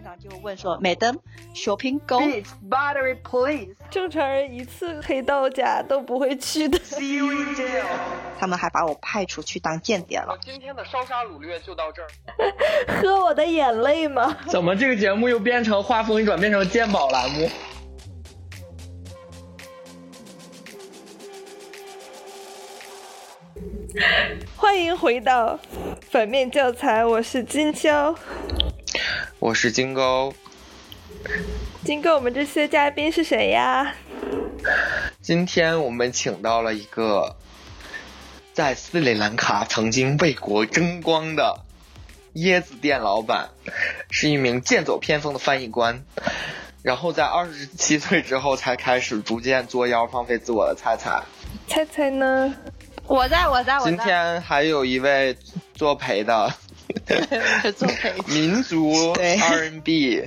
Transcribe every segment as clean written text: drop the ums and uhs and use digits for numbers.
长就问说 Madam shopping go Beats battery please。 正常人一次黑道家都不会去的。 See you in jail。 他们还把我派出去当间谍了。 今天的烧杀掳掠就到这儿。 喝我的眼泪吗？ 怎么这个节目又变成画风一转变成鉴宝栏目？ 欢迎回到反面教材，我是金秋， 我是金钩。 金钩，我们这期的嘉宾是谁呀？ 今天我们请到了一个在斯里兰卡曾经为国争光的椰子店老板，是一名剑走偏锋的翻译官，然后在27岁之后才开始逐渐作妖放飞自我的菜菜。 菜菜呢？ 我在。 今天还有一位作陪的作陪民族 R&B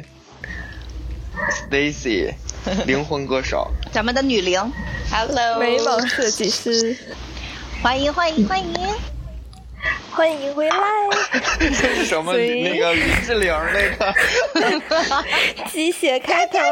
Stacy 灵魂歌手， 咱们的女伶 Hello 眉毛设计师， 欢迎欢迎回来。 这是什么？那个林志玲那个鸡血开头。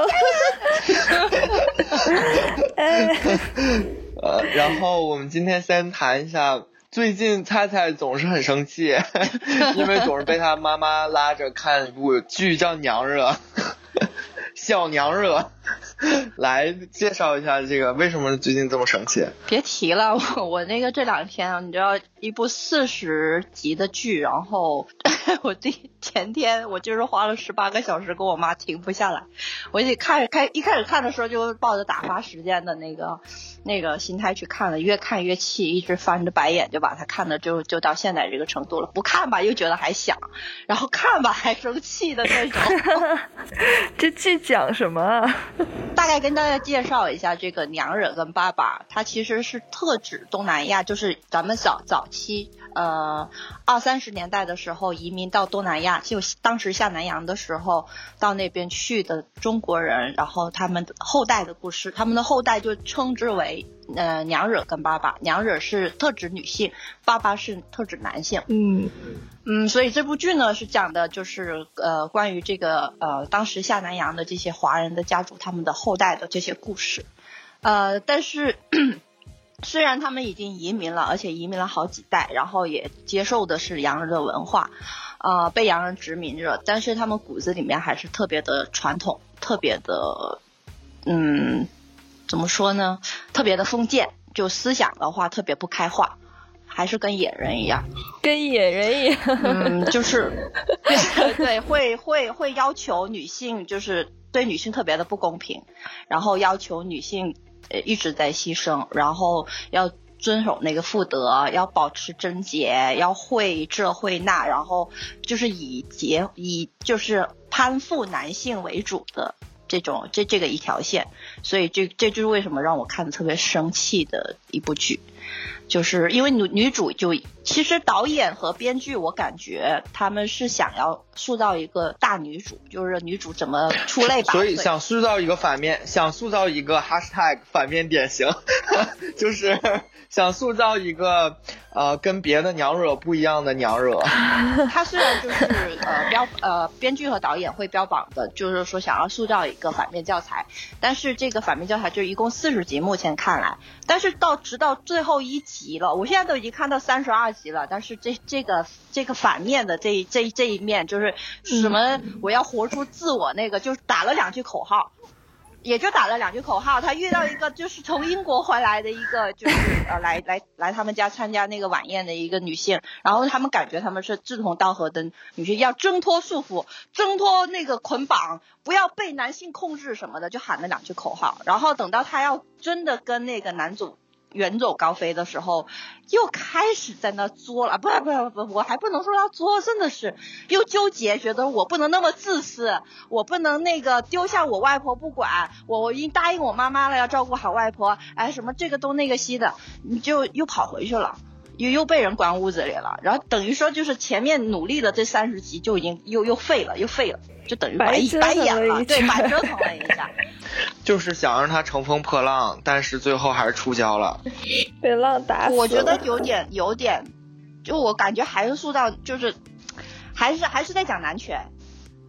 然后我们今天先谈一下，最近菜菜总是很生气，因为总是被他妈妈拉着看一部剧叫《娘惹》，小娘惹。来介绍一下这个为什么最近这么生气？ 别提了，我那个这2天你知道一部40集的剧，然后我前天我就是花了18个小时跟我妈停不下来，我一开始看的时候就抱着打发时间的那个心态去看了，越看越气，一直翻着白眼就把它看的就到现在这个程度了，不看吧又觉得还想，然后看吧还生气的那种。 这剧讲什么啊？ 大概跟大家介绍一下这个娘惹跟爸爸，它其实是特指东南亚，就是咱们早期20-30年代的时候移民到东南亚，就当时下南洋的时候到那边去的中国人，然后他们后代的故事，他们的后代就称之为娘惹跟爸爸。娘惹是特指女性，爸爸是特指男性。所以这部剧呢是讲的就是关于这个当时下南洋的这些华人的家族他们的后代的这些故事。但是虽然他们已经移民了，而且移民了好几代，然后也接受的是洋人的文化，被洋人殖民着，但是他们骨子里面还是特别的传统，特别的怎么说呢，特别的封建，就思想的话特别不开化，还是跟野人一样。就是对，会要求女性，就是对女性特别的不公平，然后要求女性一直在牺牲，然后要遵守那个妇德，要保持贞洁，要会这会那，然后就是以就是攀附男性为主的这个一条线。所以这就是为什么让我看得特别生气的一部剧，就是因为女主就其实导演和编剧我感觉他们是想要塑造一个大女主，就是女主怎么出类拔萃， 所以想塑造一个反面，想塑造一个 hashtag 反面典型，就是想塑造一个跟别的娘惹不一样的娘惹。 他虽然就是编剧和导演会标榜的就是说想要塑造一个反面教材，但是这个反面教材就一共40集目前看来，但是直到最后1集了，我现在都已经看到32集了，但是这个反面的这一面就是什么我要活出自我，那个就打了2句口号，也就打了2句口号。他遇到一个就是从英国回来的一个就是来他们家参加那个晚宴的一个女性，然后他们感觉他们是志同道合的女性，要挣脱束缚，挣脱那个捆绑，不要被男性控制什么的，就喊了2句口号。然后等到他要真的跟那个男主远走高飞的时候，又开始在那作了，不，我还不能说他作，真的是又纠结，觉得我不能那么自私，我不能那个丢下我外婆不管，我已经答应我妈妈了要照顾好外婆，哎，什么这个东那个西的，你就又跑回去了，又被人关屋子里了，然后等于说就是前面努力的这30集就已经又废了，就等于白演了，对，白折腾了一下。 就是想让他乘风破浪，但是最后还是出焦了， 被浪打死了。 我觉得有点，就我感觉还是塑造，就是还是在讲男权，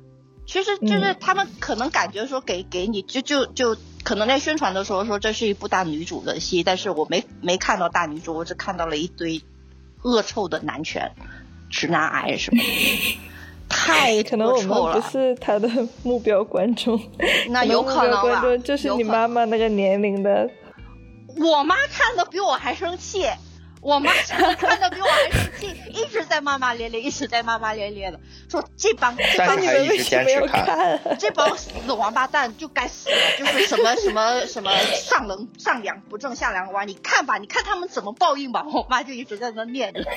其实就是他们可能感觉说给你就可能在宣传的时候说这是一部大女主的戏，但是我没看到大女主，我只看到了一堆恶臭的男权、直男癌什么的，太可能我们不是他的目标观众， 那有可能吧， 目标观众就是你妈妈那个年龄的。 我妈看的比我还生气。我妈看的比我还生气，一直在骂骂咧咧，一直在骂骂咧咧的，说这帮你们为什么要看？ 这帮死王八蛋就该死了，就是什么上梁不正下梁歪，你看吧，你看他们怎么报应吧。我妈就一直在那念着。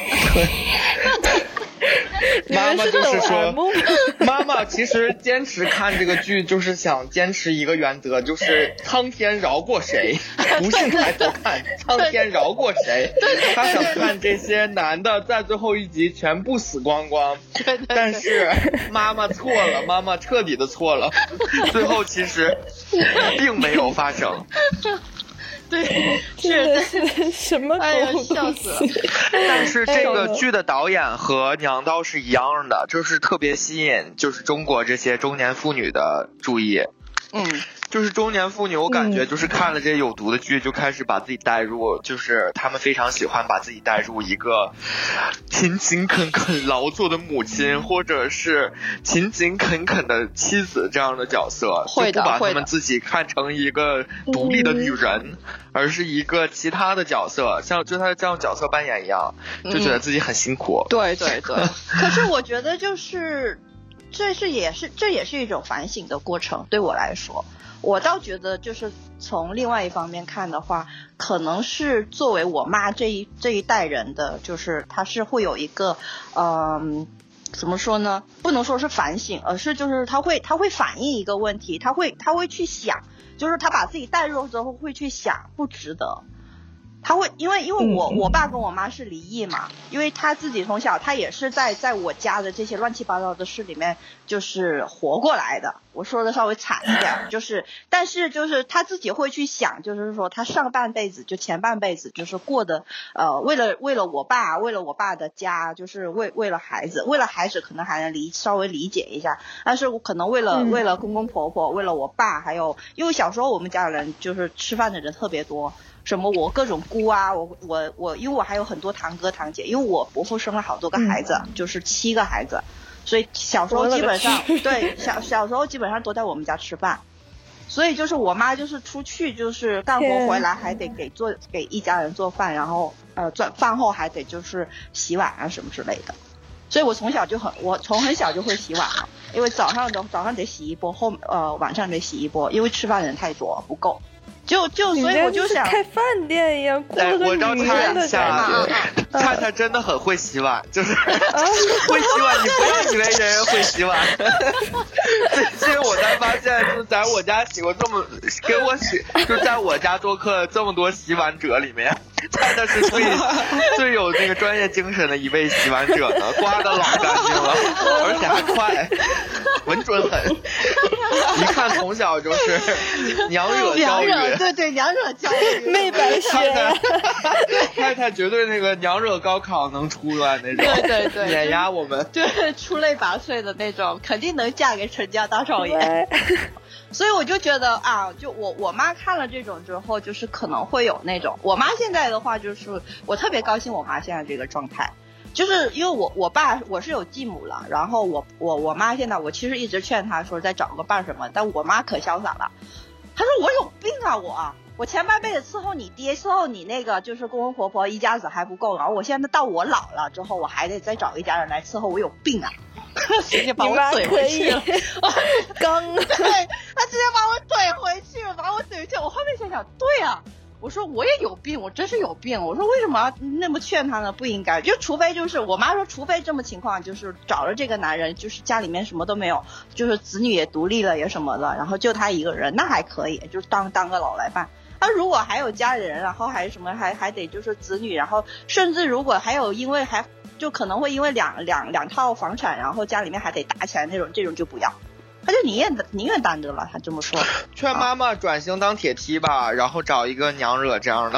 妈妈就是说，妈妈其实坚持看这个剧，就是想坚持一个原则，就是苍天饶过谁，不信抬头看，苍天饶过谁。他想看这些男的在最后一集全部死光光，但是妈妈错了，妈妈彻底的错了，最后其实并没有发生。 对， 是什么狗笑死了。 但是这个剧的导演和娘道是一样的，就是特别吸引就是中国这些中年妇女的注意。就是中年妇女，我感觉就是看了这些有毒的剧，就开始把自己带入，就是他们非常喜欢把自己带入一个勤勤恳恳劳作的母亲，或者是勤勤恳恳的妻子这样的角色，就不把他们自己看成一个独立的女人，而是一个其他的角色，像就他这样角色扮演一样，就觉得自己很辛苦。 对。可是我觉得就是这也是一种反省的过程，对我来说。我倒觉得就是从另外一方面看的话，可能是作为我妈这一代人的，就是她是会有一个怎么说呢，不能说是反省，而是就是她会反映一个问题，她会去想，就是她把自己带入之后会去想不值得。他会因为我爸跟我妈是离异嘛，因为他自己从小他也是在我家的这些乱七八糟的事里面就是活过来的，我说的稍微惨一点，就是但是就是他自己会去想，就是说他上半辈子就前半辈子就是过的为了我爸的家，就是为了孩子可能还能稍微理解一下，但是我可能为了公公婆婆，为了我爸，还有因为小时候我们家人就是吃饭的人特别多，什么我各种姑啊，我因为我还有很多堂哥堂姐，因为我伯父生了好多个孩子，就是7个孩子，所以小时候基本上对小时候基本上都在我们家吃饭，所以就是我妈就是出去就是干活回来还得给一家人做饭，然后饭后还得就是洗碗啊什么之类的，所以我从很小就会洗碗了，因为早上得洗一波，晚上得洗一波，因为吃饭人太多不够。所以我就想开饭店一样，过了个女人的感觉。 菜菜真的很会洗碗，就是会洗碗，你不要以为人人会洗碗。最近我才发现，就是在我家洗过给我洗，就在我家做客这么多洗碗者里面，菜菜是最有那个专业精神的一位洗碗者呢，刮得老干净了，而且还快，稳准狠。一看从小就是娘惹教育。 对娘惹教育没白学， 太太绝对那个娘惹高考能出来那种， 对碾压我们， 对出类拔萃的那种，肯定能嫁给陈家大少爷。所以我就觉得啊，就我妈看了这种之后，就是可能会有那种，我妈现在的话就是我特别高兴我妈现在这个状态。就是因为我爸我是有继母了，然后我妈现在我其实一直劝她说再找个伴什么，但我妈可潇洒了，她说我有病啊，我前半辈子伺候你爹，伺候你那个就是公公婆婆一家子还不够，然后我现在到我老了之后我还得再找一家人来伺候，我有病啊。直接把我怼回去了， 刚对，他直接把我怼回去了，把我怼回去。我后面想想，对啊，我说我也有病，我真是有病。我说为什么要那么劝他呢？不应该，就除非就是我妈说，除非这么情况，就是找了这个男人，就是家里面什么都没有，就是子女也独立了也什么的，然后就他一个人，那还可以，就是当个老来伴。他如果还有家里人，然后还什么还得就是子女，然后甚至如果还有因为还就可能会因为两套房产，然后家里面还得打起来那种，这种就不要。他就宁愿单着了，他这么说。 劝妈妈转型当铁梯吧，然后找一个娘惹这样的。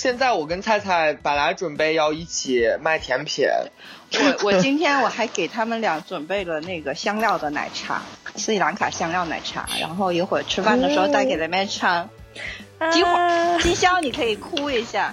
现在我跟菜菜本来准备要一起卖甜品， 我今天我还给他们俩准备了那个香料的奶茶，斯里兰卡香料奶茶，然后一会儿吃饭的时候带给他们尝。一会儿金宵你可以哭一下。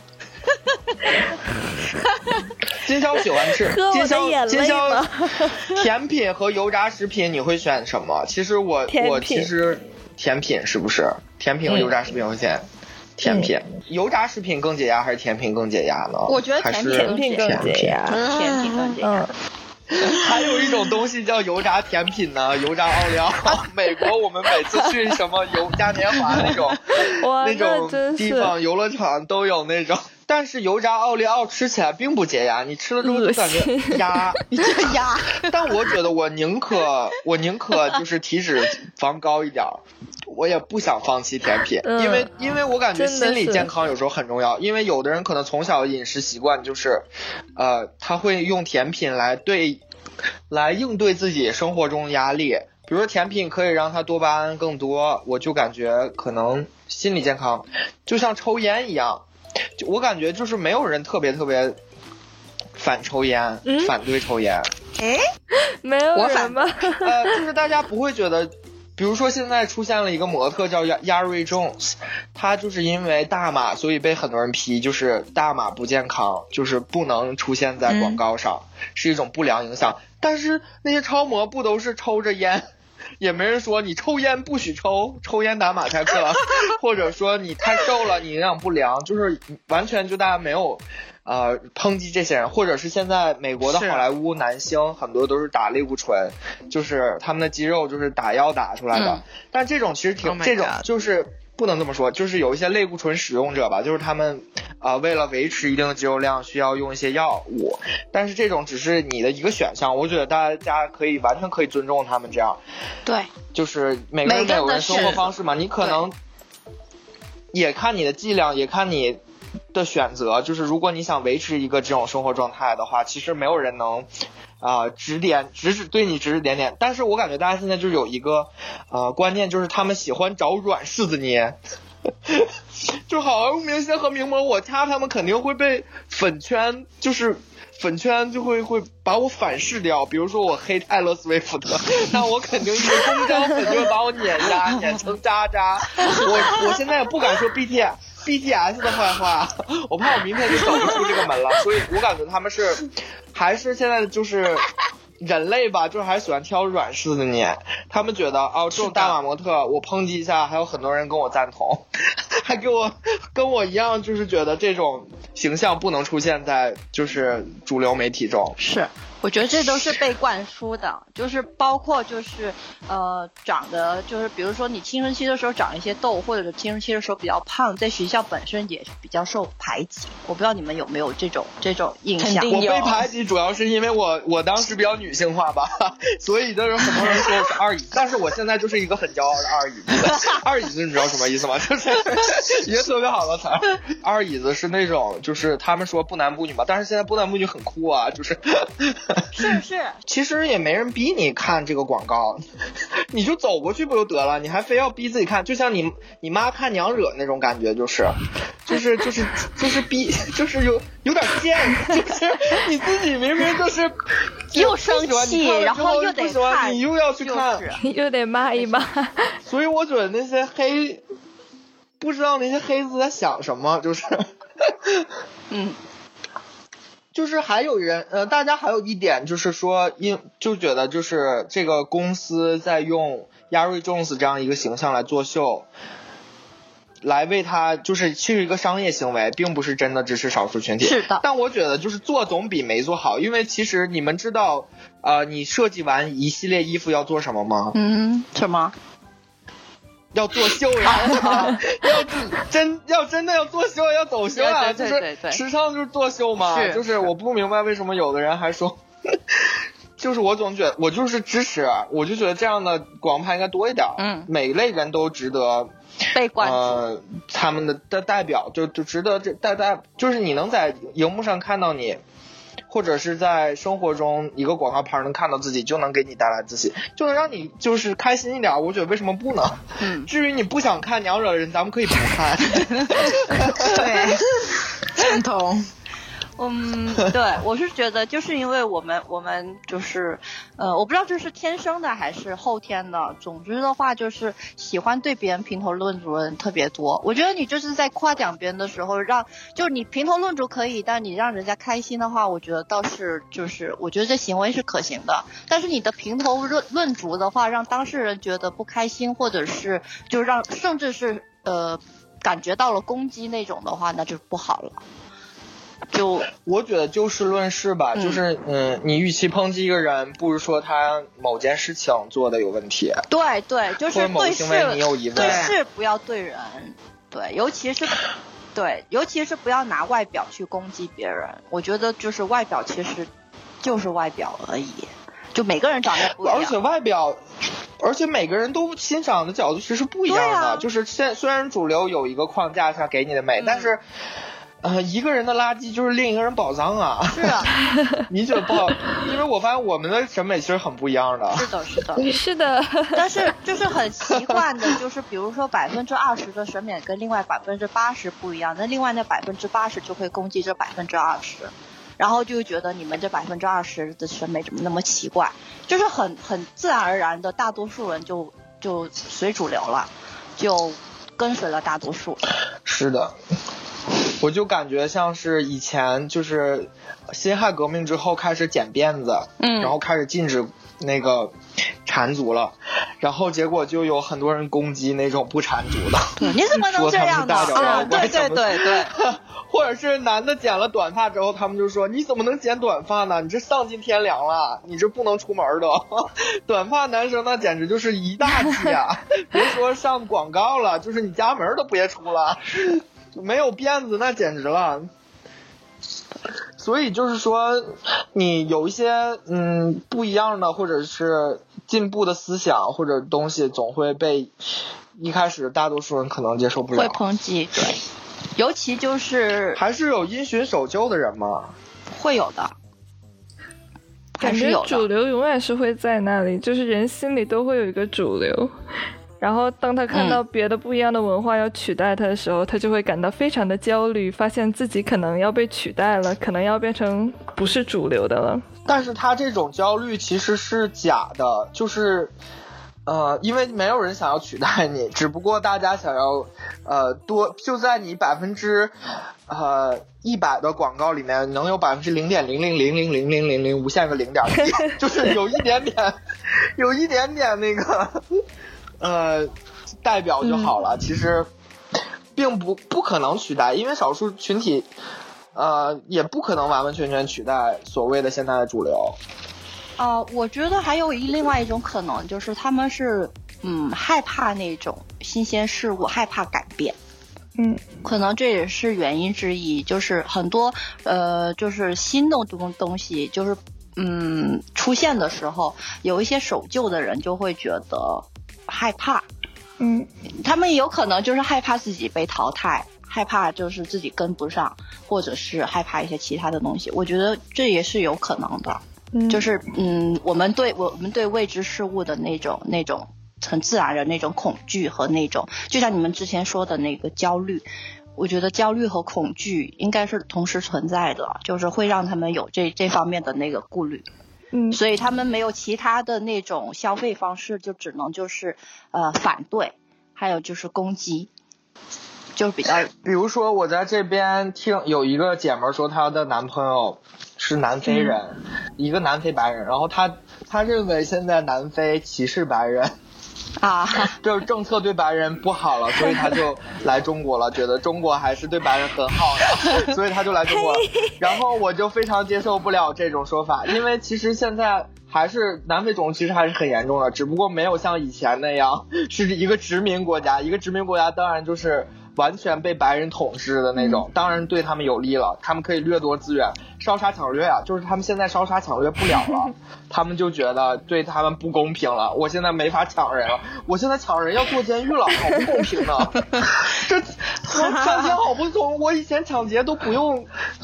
金宵喜欢吃喝我的眼泪吗？ 甜品和油炸食品你会选什么？其实我其实甜品是不是？甜品和油炸食品会选甜品。油炸食品更解压还是甜品更解压呢？ 我觉得甜品更解压。甜品更解压。 还有一种东西叫油炸甜品呢，油炸奥利奥。美国我们每次去什么嘉年华那种地方，游乐场都有那种。但是油炸奥利奥吃起来并不解压，你吃了之后就感觉压， 压。 但我觉得我宁可就是体脂肪高一点，我也不想放弃甜品，因为我感觉心理健康有时候很重要。因为有的人可能从小的饮食习惯就是，他会用甜品来应对自己生活中压力。比如说甜品可以让他多巴胺更多，我就感觉可能心理健康就像抽烟一样。我感觉就是没有人特别反抽烟，反对抽烟。 没有人吗？ 就是大家不会觉得，比如说现在出现了一个模特叫Yari Jones， 他就是因为大麻，所以被很多人批，就是大麻不健康，就是不能出现在广告上，是一种不良影响。但是那些超模不都是抽着烟？也没人说你抽烟不许抽烟打马赛克，或者说你太瘦了你营养不良，就是完全就大家没有抨击这些人。或者是现在美国的好莱坞男星很多都是打类固醇，就是他们的肌肉就是打药打出来的。但这种其实这种就是不能这么说，就是有一些类固醇使用者吧，就是他们为了维持一定的肌肉量需要用一些药物，但是这种只是你的一个选项，我觉得大家完全可以尊重他们这样。 对， 就是每个人有人生活方式嘛，你可能也看你的剂量，也看你的选择。就是如果你想维持一个这种生活状态的话，其实没有人能对你指指点点。但是我感觉大家现在就是有一个观念，就是他们喜欢找软柿子捏。就好莱坞明星和名模，我掐他们肯定会被粉圈，就是粉圈就会把我反噬掉。比如说我黑泰勒斯威夫特，那我肯定一个公交粉就会把我碾成渣渣。我现在也不敢说 BTS 的坏话，我怕我明天就走不出这个门了。所以我感觉他们还是现在就是人类吧，就是还喜欢挑软柿子捏。他们觉得这种大码模特我抨击一下，还有很多人跟我赞同，还跟我一样，就是觉得这种形象不能出现在就是主流媒体中。 是，我觉得这都是被灌输的，就是包括就是长得就是比如说你青春期的时候长一些痘，或者青春期的时候比较胖，在学校本身也是比较受排挤。我不知道你们有没有这种印象？ 我被排挤主要是因为我当时比较女性化吧，所以就是很多人说我是二椅，但是我现在就是一个很骄傲的二椅子。二椅子你知道什么意思吗？就是一个特别好的词儿。二椅子是那种就是他们说不男不女嘛，但是现在不男不女很酷啊，就是是， 其实也没人逼你看这个广告，你就走过去不就得了，你还非要逼自己看，就像你妈看娘惹那种感觉，就是逼，就是有点贱，就是你自己明明就是又生气，然后又得看， 你又要去看， 又得骂一骂。 所以我觉得那些不知道那些黑子在想什么，就是就是还有人大家还有一点就是说就觉得就是这个公司在用 Yari Jones 这样一个形象来作秀，来为他就是是一个商业行为，并不是真的支持少数群体。 是的， 但我觉得就是做总比没做好，因为其实你们知道你设计完一系列衣服要做什么吗？ 什么？ 要做秀呀！要真的要做秀，要走秀啊！就是时尚就是做秀嘛。就是我不明白为什么有的人还说，就是我总觉得我就是支持，我就觉得这样的广告牌应该多一点。每一类人都值得被关注， 他们的代表就值得就是你能在荧幕上看到你。或者是在生活中一个广告牌能看到自己，就能给你带来自信，就能让你就是开心一点。我觉得为什么不呢？至于你不想看娘惹人，咱们可以不看。 对， 赞同。对，我是觉得就是因为我们就是我不知道这是天生的还是后天的，总之的话就是喜欢对别人评头论足的人特别多。我觉得你就是在夸奖别人的时候，就是你评头论足可以，但你让人家开心的话，我觉得倒是就是我觉得这行为是可行的。但是你的评头论足的话，让当事人觉得不开心，或者是就让甚至是感觉到了攻击那种的话，那就不好了。就我觉得就事论事吧，就是你与其抨击一个人，不如说他某件事情做的有问题。 对对，就是对事你有疑问， 对事不要对人，对，尤其是不要拿外表去攻击别人。我觉得就是外表其实就是外表而已，就每个人长得不一样， 而且每个人都欣赏的角度其实不一样的。啊、就是虽然主流有一个框架下给你的美，但是。一个人的垃圾就是另一个人宝藏啊！ 是啊， 你觉得不好？因为我发现我们的审美其实很不一样的。 是的。但是就是很习惯的，就是比如说20%的审美跟另外80%不一样，那另外那80%就会攻击这20%，然后就觉得你们这20%的审美怎么那么奇怪？就是很自然而然的，大多数人就随主流了，就跟随了大多数。 是的。我就感觉像是以前就是辛亥革命之后开始剪辫子，然后开始禁止那个缠足了，然后结果就有很多人攻击那种不缠足的， 对，你怎么能这样呢？对， 或者是男的剪了短发之后，他们就说你怎么能剪短发呢？你这丧尽天良了，你这不能出门的。短发男生那简直就是一大忌啊！别说上广告了，就是你家门都别出了。没有辫子那简直了，所以就是说你有一些不一样的或者是进步的思想或者东西，总会被一开始大多数人可能接受不了， 会抨击。对，尤其就是还是有因循守旧的人嘛， 会有的。感觉主流永远是会在那里，就是人心里都会有一个主流，然后当他看到别的不一样的文化要取代他的时候，他就会感到非常的焦虑，发现自己可能要被取代了，可能要变成不是主流的了。 但是他这种焦虑其实是假的，就是因为没有人想要取代你，只不过大家想要多，就在你100%的广告里面能有0.0000000无限个0点，就是有一点点那个代表就好了。其实并不可能取代，因为少数群体也不可能完完全全取代所谓的现在的主流。 我觉得还有另外一种可能，就是他们是害怕那种新鲜事物，害怕改变。可能这也是原因之一，就是很多就是新的东西，就是出现的时候，有一些守旧的人就会觉得害怕。他们也有可能就是害怕自己被淘汰，害怕就是自己跟不上，或者是害怕一些其他的东西。我觉得这也是有可能的。就是我们对未知事物的那种很自然的那种恐惧和那种，就像你们之前说的那个焦虑，我觉得焦虑和恐惧应该是同时存在的，就是会让他们有这方面的那个顾虑。所以他们没有其他的那种消费方式，就只能就是反对，还有就是攻击，就是比如说我在这边听有一个姐们说她的男朋友是南非人，一个南非白人，然后他认为现在南非歧视白人就是政策对白人不好了，所以他就来中国了，觉得中国还是对白人很好的，所以他就来中国了。然后我就非常接受不了这种说法，因为其实现在还是南非种族歧视还是很严重的，只不过没有像以前那样是一个殖民国家，一个殖民国家当然就是完全被白人统治的那种，当然对他们有利了，他们可以掠夺资源，烧杀抢掠啊，就是他们现在烧杀抢掠不了了，他们就觉得对他们不公平了，我现在没法抢人了，我现在抢人要坐监狱了，好不公平呢。这抢劫好不公，我以前抢劫都不用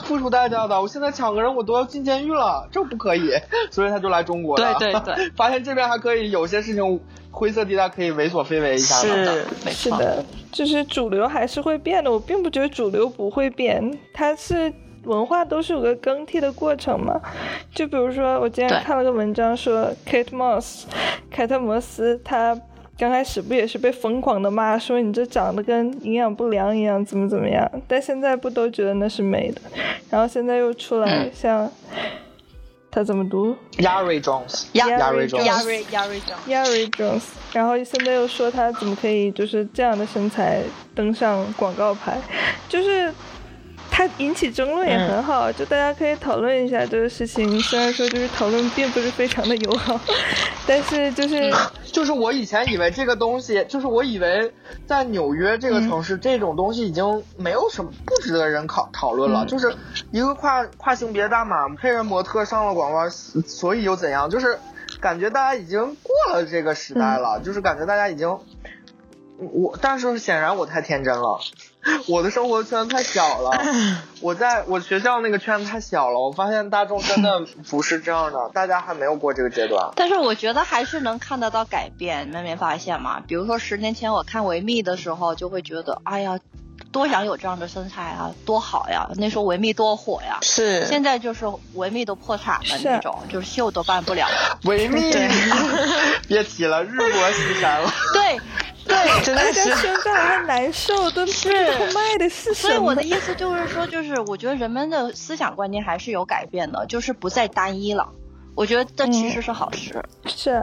付出代价的，我现在抢个人我都要进监狱了，这不可以，所以他就来中国了。 对对对， 发现这边还可以有些事情灰色地带可以为所非为一下的。 是的，就是主流还是会变的，我并不觉得主流不会变，它是文化都是有个更替的过程嘛。就比如说我今天看了个文章说凯特摩斯他刚开始不也是被疯狂的骂说你这长得跟营养不良一样怎么样，但现在不都觉得那是美的，然后现在又出来像他怎么读 Yari Jones， 然后现在又说他怎么可以就是这样的身材登上广告牌，就是它引起争论也很好，就大家可以讨论一下这个事情。虽然说就是讨论并不是非常的友好，但是就是我以前以为这个东西，就是我以为在纽约这个城市，这种东西已经没有什么不值得人讨论了。就是一个跨性别大码黑人模特上了广告，所以又怎样？就是感觉大家已经过了这个时代了，就是感觉大家已经。但是显然我太天真了，我的生活圈太小了，我学校那个圈太小了，我发现大众真的不是这样的，大家还没有过这个阶段。 但是我觉得还是能看得到改变，你们没发现吗？比如说10年前我看维密的时候，就会觉得哎呀多想有这样的身材啊，多好呀！那时候维密多火呀！ 是， 现在就是维密都破产了那种，就是秀都办不了了。 维密，别提了，日薄西山了。 对， 真的是现在还难受，都不知道卖的是什么。 所以我的意思就是说，就是我觉得人们的思想观念还是有改变的，就是不再单一了。我觉得这其实是好事。 是。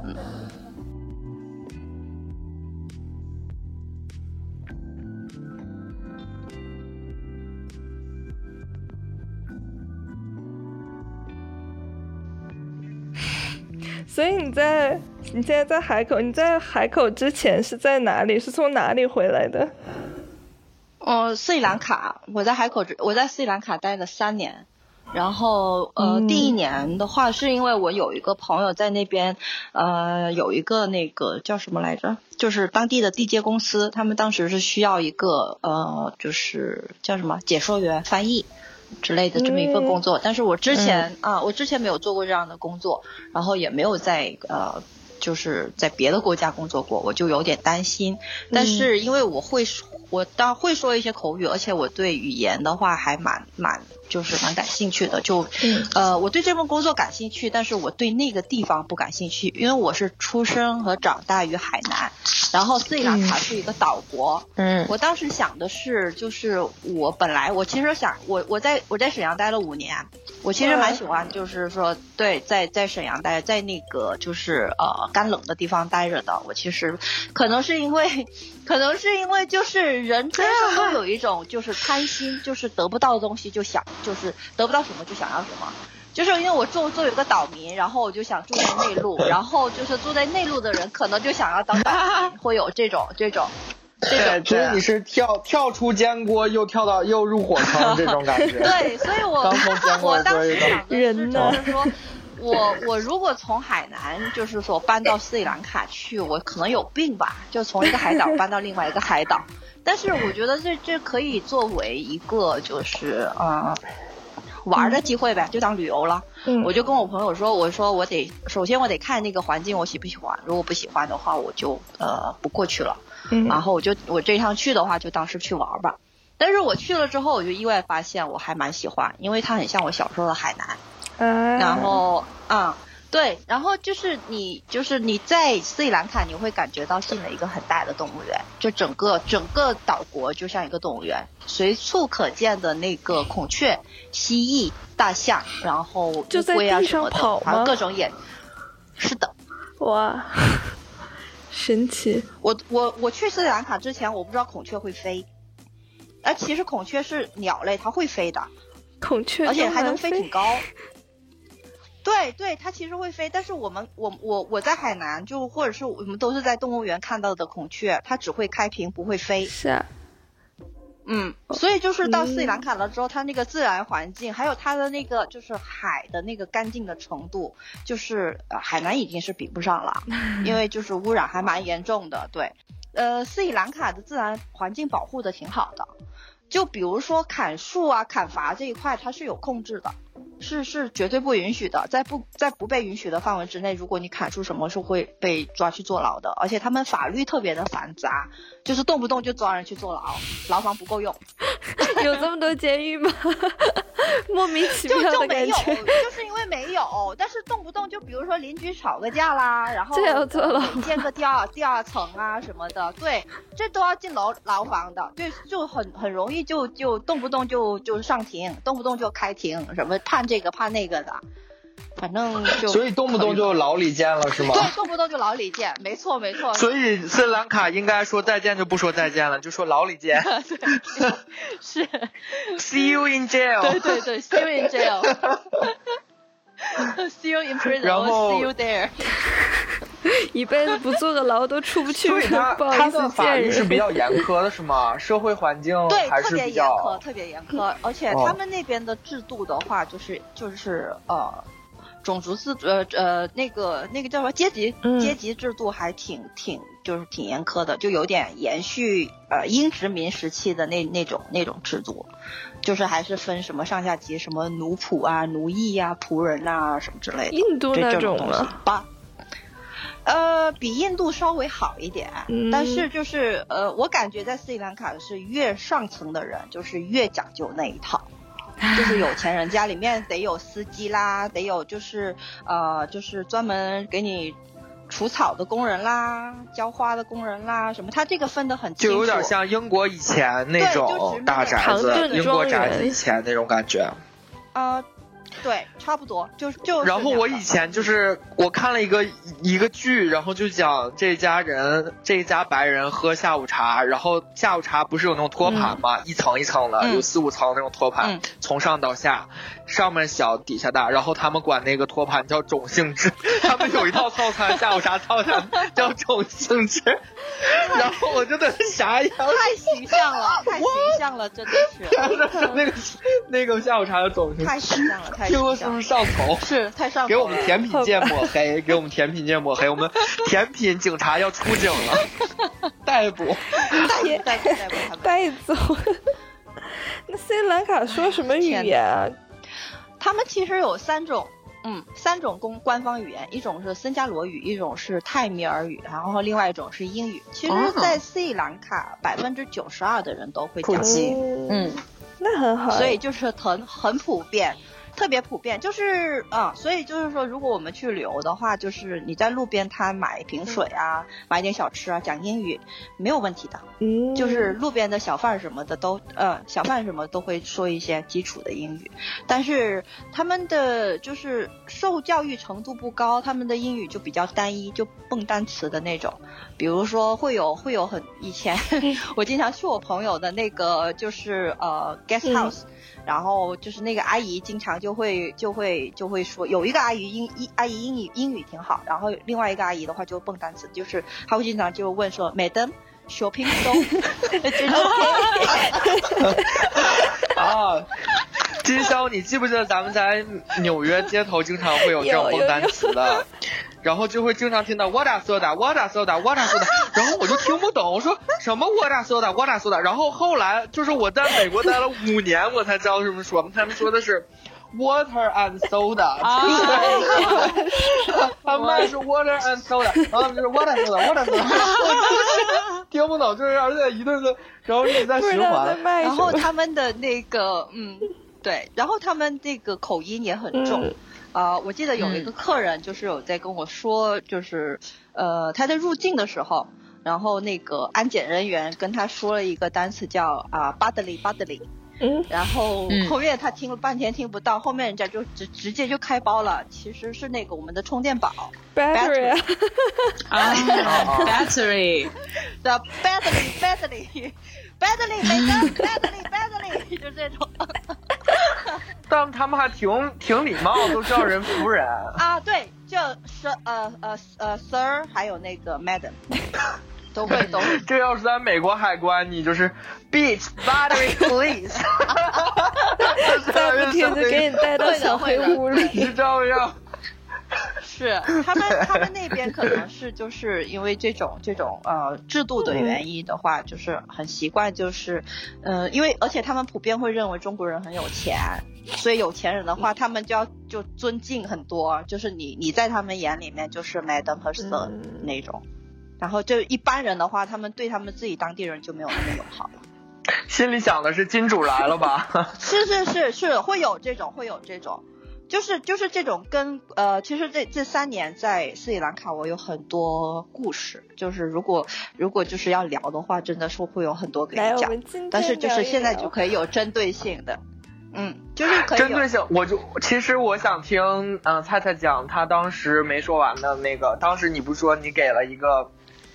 所以你现在在海口，你在海口之前是在哪里？是从哪里回来的？ 斯里兰卡。我在斯里兰卡待了3年，然后第1年的话是因为我有一个朋友在那边，有一个那个叫什么来着，就是当地的地接公司，他们当时是需要一个就是叫什么解说员翻译之类的这么一份工作，但是我之前没有做过这样的工作，然后也没有就是在别的国家工作过，我就有点担心。但是因为我当然会说一些口语，而且我对语言的话还蛮感兴趣的。我对这份工作感兴趣，但是我对那个地方不感兴趣，因为我是出生和长大于海南，然后斯里兰卡是一个岛国。我当时想的是，就是我其实想我在沈阳待了5年，我其实蛮喜欢，就是说对，在沈阳待，在那个就是干冷的地方待着的。我其实可能是因为就是人天生都有一种就是贪心，就是得不到的东西就是得不到什么就想要什么。就是因为我作为一个岛民，然后我就想住在内陆，然后就是住在内陆的人可能就想要当岛民，会有这种。 所以你是跳出煎锅又入火坑这种感觉。 对，所以我当时想的是就是说。我如果从海南就是说搬到斯里兰卡去，我可能有病吧，就从一个海岛搬到另外一个海岛。但是我觉得这可以作为一个就是玩的机会呗，就当旅游了。我就跟我朋友说，我说首先我得看那个环境我喜不喜欢，如果不喜欢的话我就不过去了。然后我这一趟去的话就当是去玩吧。但是我去了之后我就意外发现我还蛮喜欢，因为它很像我小时候的海南。然后对，然后就是你在斯里兰卡你会感觉到进了一个很大的动物园，就整个岛国就像一个动物园，随处可见的那个孔雀、蜥蜴、大象，然后乌龟啊什么的，还有各种是的。 哇，神奇！ 我去斯里兰卡之前我不知道孔雀会飞，其实孔雀是鸟类，它会飞的。 孔雀而且还能飞挺高。对，它其实会飞，但是我在海南就或者是我们都是在动物园看到的孔雀，它只会开屏不会飞。 是啊。 所以就是到斯里兰卡了之后，它那个自然环境，还有它的那个就是海的那个干净的程度，就是海南已经是比不上了，因为就是污染还蛮严重的。对，斯里兰卡的自然环境保护的挺好的。 就比如说砍树啊、砍伐这一块，它是有控制的，是绝对不允许的，在不被允许的范围之内，如果你砍树什么是会被抓去坐牢的，而且他们法律特别的繁杂，就是动不动就抓人去坐牢，牢房不够用。 有这么多监狱吗？莫名其妙的感觉。 就是因为没有，但是动不动就比如说邻居吵个架啦，然后这要坐牢， 建个第二层啊什么的，对，这都要进牢房的，对，就很容易就动不动就上庭，动不动就开庭，什么判这个判那个的。反正就所以动不动就牢里见了是吗？ 对，动不动就牢里见，没错。 所以斯里兰卡应该说再见就不说再见了，就说牢里见。 对，是 See you in jail。 对 ，See you in jail。See you in prison， 然后 See you there。 一辈子不坐个牢都出不去。 所以他的法律是比较严苛的，是吗？社会环境还是比较特别严苛，而且他们那边的制度的话，就是种族那个叫什么阶级制度还挺严苛的，就有点延续英殖民时期的那种制度，就是还是分什么上下级，什么奴仆啊、奴役啊、仆人啊什么之类的。 印度那种吗？ 比印度稍微好一点，但是就是我感觉在斯里兰卡是越上层的人就是越讲究那一套。就是有钱人家里面得有司机啦，得有就是专门给你除草的工人啦，浇花的工人啦，什么他这个分得很清楚， 就有点像英国以前那种大宅子，英国宅子以前那种感觉。 对，差不多就。 然后我以前就是我看了一个剧，然后就讲这一家白人喝下午茶，然后下午茶不是有那种托盘吗？一层一层的，有4-5层那种托盘，从上到下，上面小底下大，然后他们管那个托盘叫种姓制，他们有一套套餐，下午茶套餐叫种姓制，然后我就在傻眼， 太形象了，真的是那个下午茶的种姓， 太形象了。 听说是不是上头？ 是太上头了。 给我们甜品界抹黑，我们甜品警察要出警了，逮捕他们。 带走。那斯里兰卡说什么语言啊？ 他们其实有3种官方语言，一种是僧伽罗语，一种是泰米尔语，然后另外一种是英语。其实在斯里兰卡92%的人都会讲英语。 那很好， 所以就是很普遍，特别普遍，就是所以就是说，如果我们去旅游的话，就是你在路边摊买一瓶水啊，买点小吃啊，讲英语没有问题的。就是路边的小贩什么的都小贩什么都会说一些基础的英语，但是他们的就是受教育程度不高，他们的英语就比较单一，就蹦单词的那种。比如说会有很以前我经常去我朋友的那个就是guest house，然后就是那个阿姨经常就会说，有一个阿姨英语挺好，然后另外一个阿姨的话就蹦单词，就是她会经常就问说 Madam shopping store 啊，金宵，你记不记得咱们在纽约街头经常会有这种蹦单词的？然后就会经常听到 what a soda， 然后我就听不懂，我说什么 what a soda， 然后后来就是我在美国待了5年，我才知道这么说，他们说的是 water and soda， 他们卖是 water and soda， 然后他们就是 what a soda， 我就是听不懂，就是而且一顿然后一直在循环， 然后他们的那个对，然后他们这个口音也很重。我记得有一个客人就是有在跟我说，就是他在入境的时候，然后那个安检人员跟他说了一个单词叫badly，然后后面他听了半天听不到，后面人家就直接就开包了，其实是那个我们的充电宝 battery battery 的 badly 就这种。 但他们还挺礼貌，都叫人夫人啊，对，就sir 还有那个 madam 都会。 这要是在美国海关，你就是 beach battery please， 再不听就给你带到小黑屋里， 是这样。 是他们那边可能是就是因为这种制度的原因的话，就是很习惯，就是因为而且他们普遍会认为中国人很有钱，所以有钱人的话他们就尊敬很多，就是你在他们眼里面就是 Madam 和 Sir 那种，然后就一般人的话他们对他们自己当地人就没有那么友好了。 心里想的是金主来了吧？ 是会有这种就是这种跟其实这3年在斯里兰卡我有很多故事，就是如果就是要聊的话，真的是会有很多可以讲，但是就是现在就可以有针对性的，就是可以针对性。其实我想听菜菜讲他当时没说完的那个，当时你不是说你给了一个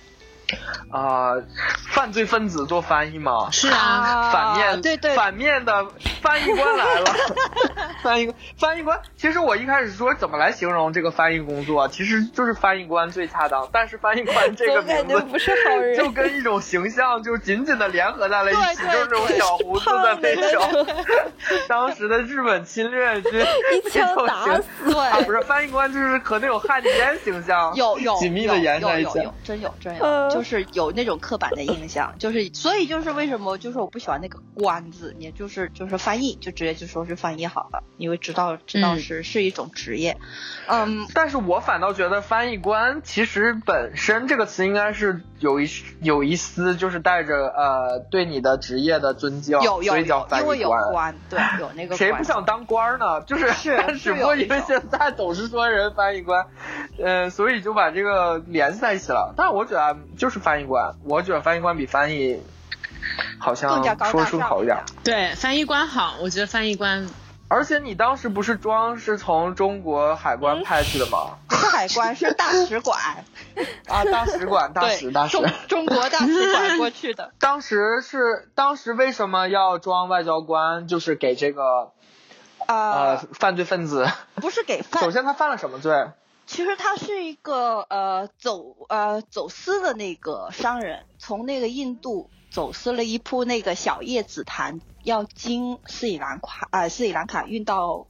犯罪分子做翻译吗？ 是啊， 反面的翻译官来了。翻译官，其实我一开始说怎么来形容这个翻译工作，其实就是翻译官最恰当，但是翻译官这个名字不是好人， 就跟一种形象就紧紧的联合在了一起，就是那种小胡子的那种当时的日本侵略军一枪打死。 不是翻译官，就是和那种汉奸形象有紧密的延伸一下， 真有就是有那种刻板的印象，就是所以就是为什么就是我不喜欢那个官字，你就是翻译就直接就说是翻译好了，因为知道是一种职业。 但是我反倒觉得翻译官其实本身这个词应该是有一丝就是带着对你的职业的尊敬，所以叫翻译官。 因为有官，对，有那个官。 谁不想当官呢？但只不过因为现在总是说人翻译官，所以就把这个联系在一起了。但是我觉得就是翻译官，我觉得翻译官比翻译好像说顺口一点。 对，翻译官好，我觉得翻译官。 而且你当时不是装是从中国海关派去的吗？ 不是海关，是大使馆。 大使馆，大使中国大使馆过去的。 当时为什么要装外交官？就是给这个犯罪分子。 不是给首先他犯了什么罪？ 其实他是一个走私的那个商人，从那个印度走私了一铺那个小叶紫檀，要经斯里兰卡运到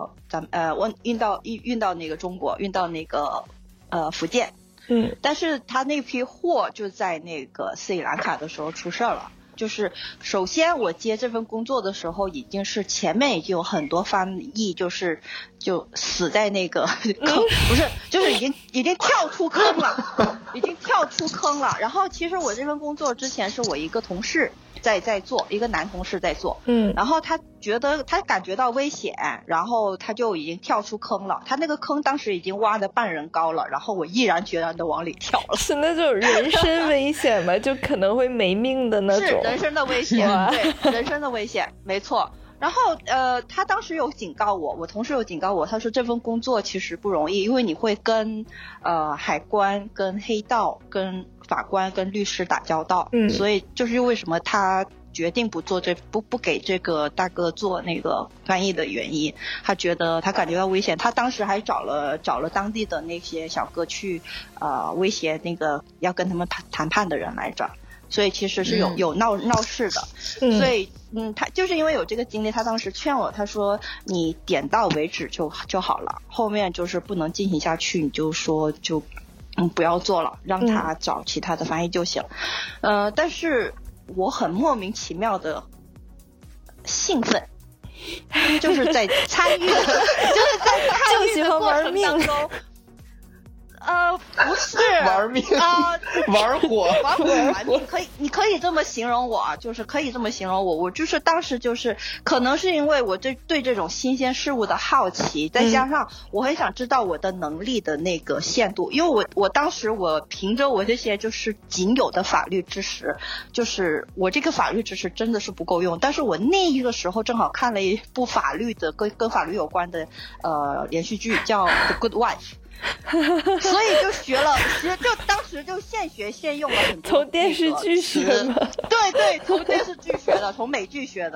运到那个中国，运到那个福建。但是他那批货就在那个斯里兰卡的时候出事了。就是首先我接这份工作的时候，已经是前面已经有很多翻译就死在那个坑，不是，就是已经跳出坑了，然后其实我这份工作之前是我一个同事在做，一个男同事在做，然后他感觉到危险，然后他就已经跳出坑了。他那个坑当时已经挖的半人高了，然后我毅然决然的往里跳了。 是那种人身危险吗？就可能会没命的那种。 是人身的危险，对，人身的危险，没错。然后他当时有警告我同事有警告我，他说这份工作其实不容易，因为你会跟海关、跟黑道、跟法官、跟律师打交道，所以就是为什么他决定不给这个大哥做那个翻译的原因，他感觉到危险，他当时还找了当地的那些小哥去威胁那个要跟他们谈判的人来着。所以其实是有闹事的，所以他就是因为有这个经历，他当时劝我，他说你点到为止就好了，后面就是不能进行下去，你就说不要做了，让他找其他的翻译就行。但是我很莫名其妙的兴奋，就是在参与的过程当中。不是玩命玩火， 你可以这么形容我，就是可以这么形容我。我就是当时就是可能是因为我对这种新鲜事物的好奇，再加上我很想知道我的能力的那个限度，因为我当时我凭着我这些就是仅有的法律知识，就是我这个法律知识真的是不够用，但是我那一个时候正好看了一部法律的跟法律有关的连续剧叫 The Good Wife。所以就当时就现学现用了很多， 从电视剧学的。 对，从电视剧学的，从美剧学的。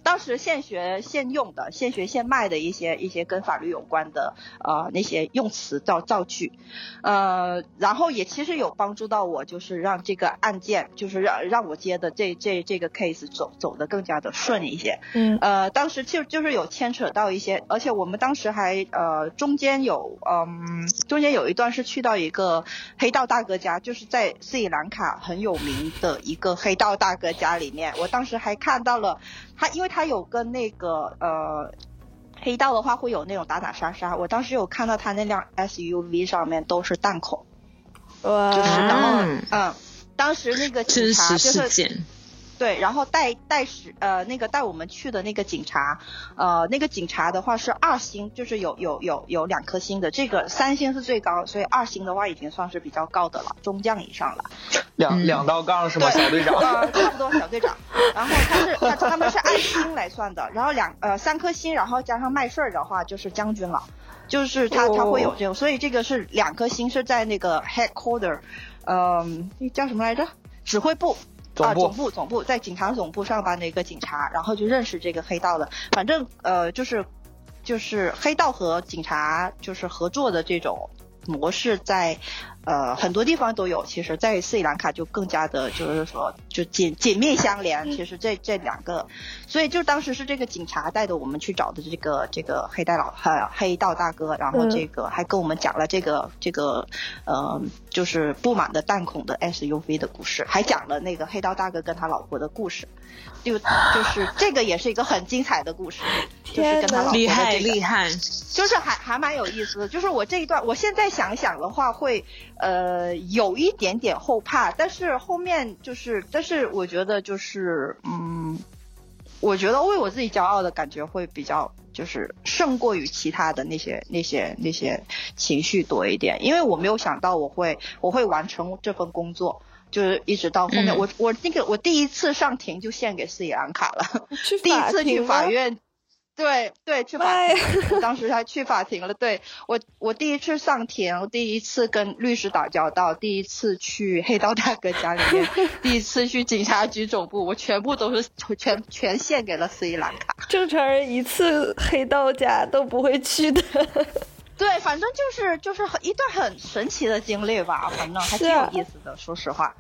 当时现学现用的、现学现卖的一些跟法律有关的那些用词造句，然后也其实有帮助到我，就是让这个案件就是让我接的这个 case 走得更加的顺一些。当时就是有牵扯到一些，而且我们当时还中间有一段是去到一个黑道大哥家，就是在斯里兰卡很有名的一个黑道大哥家里面，我当时还看到了他，因为他有跟那个黑道的话会有那种打杀杀，我当时有看到他那辆 SUV 上面都是弹孔，就是然后当时那个警察就是真实事件。 对，然后带我们去的那个警察，那个警察的话是2星，就是有2颗星的，这个3星是最高，所以2星的话已经算是比较高的了，中将以上了。 两道杠是吗？小队长。 差不多小队长。然后他们是按星来算的，然后3颗星，然后加上卖事儿的话就是将军了，就是他会有这种，所以这个是2颗星是在那个 headquarter， 叫什么来着？指挥部。总部在警察总部上班的一个警察，然后就认识这个黑道的，反正就是黑道和警察就是合作的这种模式在很多地方都有，其实在斯里兰卡就更加的就是说就紧密相连，其实这2个，所以就当时是这个警察带着我们去找的这个黑道大哥，然后这个还跟我们讲了这个就是布满的弹孔的 SUV 的故事，还讲了那个黑道大哥跟他老婆的故事，就是这个也是一个很精彩的故事，就是跟他老婆的厉害， 就是还蛮有意思的。就是我这一段，我现在想想的话会有一点点后怕，但是后面但是我觉得就是我觉得为我自己骄傲的感觉会比较就是胜过于其他的那些情绪多一点，因为我没有想到我会完成这份工作，就是一直到后面，我第一次上庭就献给斯里兰卡了，第一次去法院。对，去法庭，我当时还去法庭了。对，我第一次上庭，第一次跟律师打交道，第一次去黑道大哥家里面，第一次去警察局总部，我全部都是全献给了斯里兰卡。 正常人一次黑道家都不会去的。 对，反正就是一段很神奇的经历吧，反正还挺有意思的，说实话。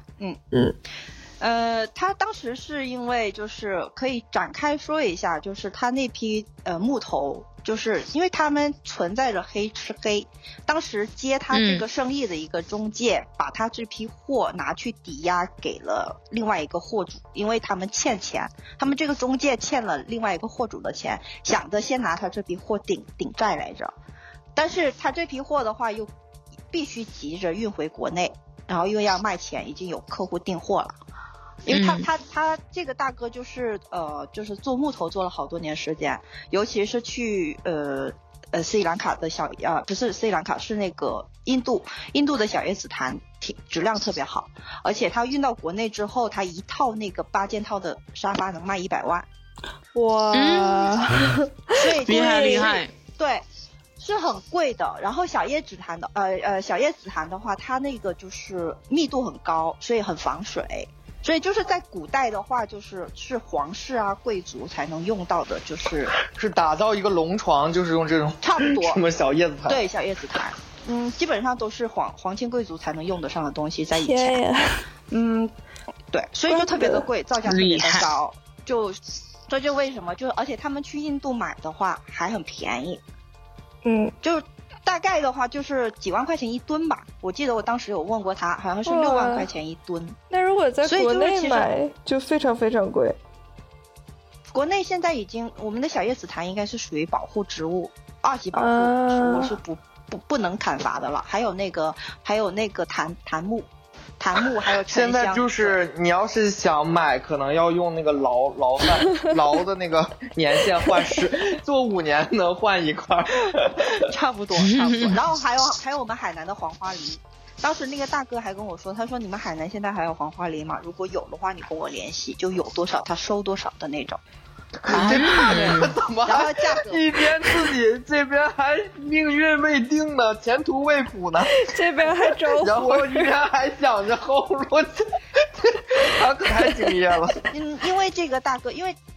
他当时是因为就是可以展开说一下，就是他那批木头，就是因为他们存在着黑吃黑，当时接他这个生意的一个中介，把他这批货拿去抵押给了另外一个货主，因为他们欠钱，他们这个中介欠了另外一个货主的钱，想着先拿他这批货顶债来着，但是他这批货的话又必须急着运回国内，然后因为要卖钱，已经有客户订货了。因为他这个大哥就是做木头做了好多年时间，尤其是去斯里兰卡的不是斯里兰卡，是那个印度的小叶紫檀质量特别好，而且他运到国内之后，他一套那个8件套的沙发能卖100万。 哇， 所以厉害， 对。是很贵的，然后小叶紫檀的话，它那个就是密度很高，所以很防水，所以就是在古代的话，是皇室啊贵族才能用到的，就是打造一个龙床，就是用这种差不多什么小叶紫檀， 对，小叶紫檀，基本上都是皇亲贵族才能用得上的东西，在以前，对，所以就特别的贵，造价特别的高，这就为什么而且他们去印度买的话还很便宜。就大概的话就是几万块钱1吨吧，我记得我当时有问过他，好像是6万块钱1吨。 那如果在国内买就非常非常贵。 国内现在已经，我们的小叶紫檀应该是属于保护植物，2级保护植物是不能砍伐的了。还有那个檀木，还有沉香。 现在就是你要是想买，可能要用那个劳的那个年限换做5年能换一块， 差不多。然后还有我们海南的黄花梨，当时那个大哥还跟我说，他说你们海南现在还有黄花梨吗？如果有的话，你跟我联系，就有多少他收多少的那种。 这大哥怎么还一边自己这边还命运未定呢，前途未卜呢， 这边还着火， 然后一边还想着后路，他可太敬业了。 因为这个大哥，因为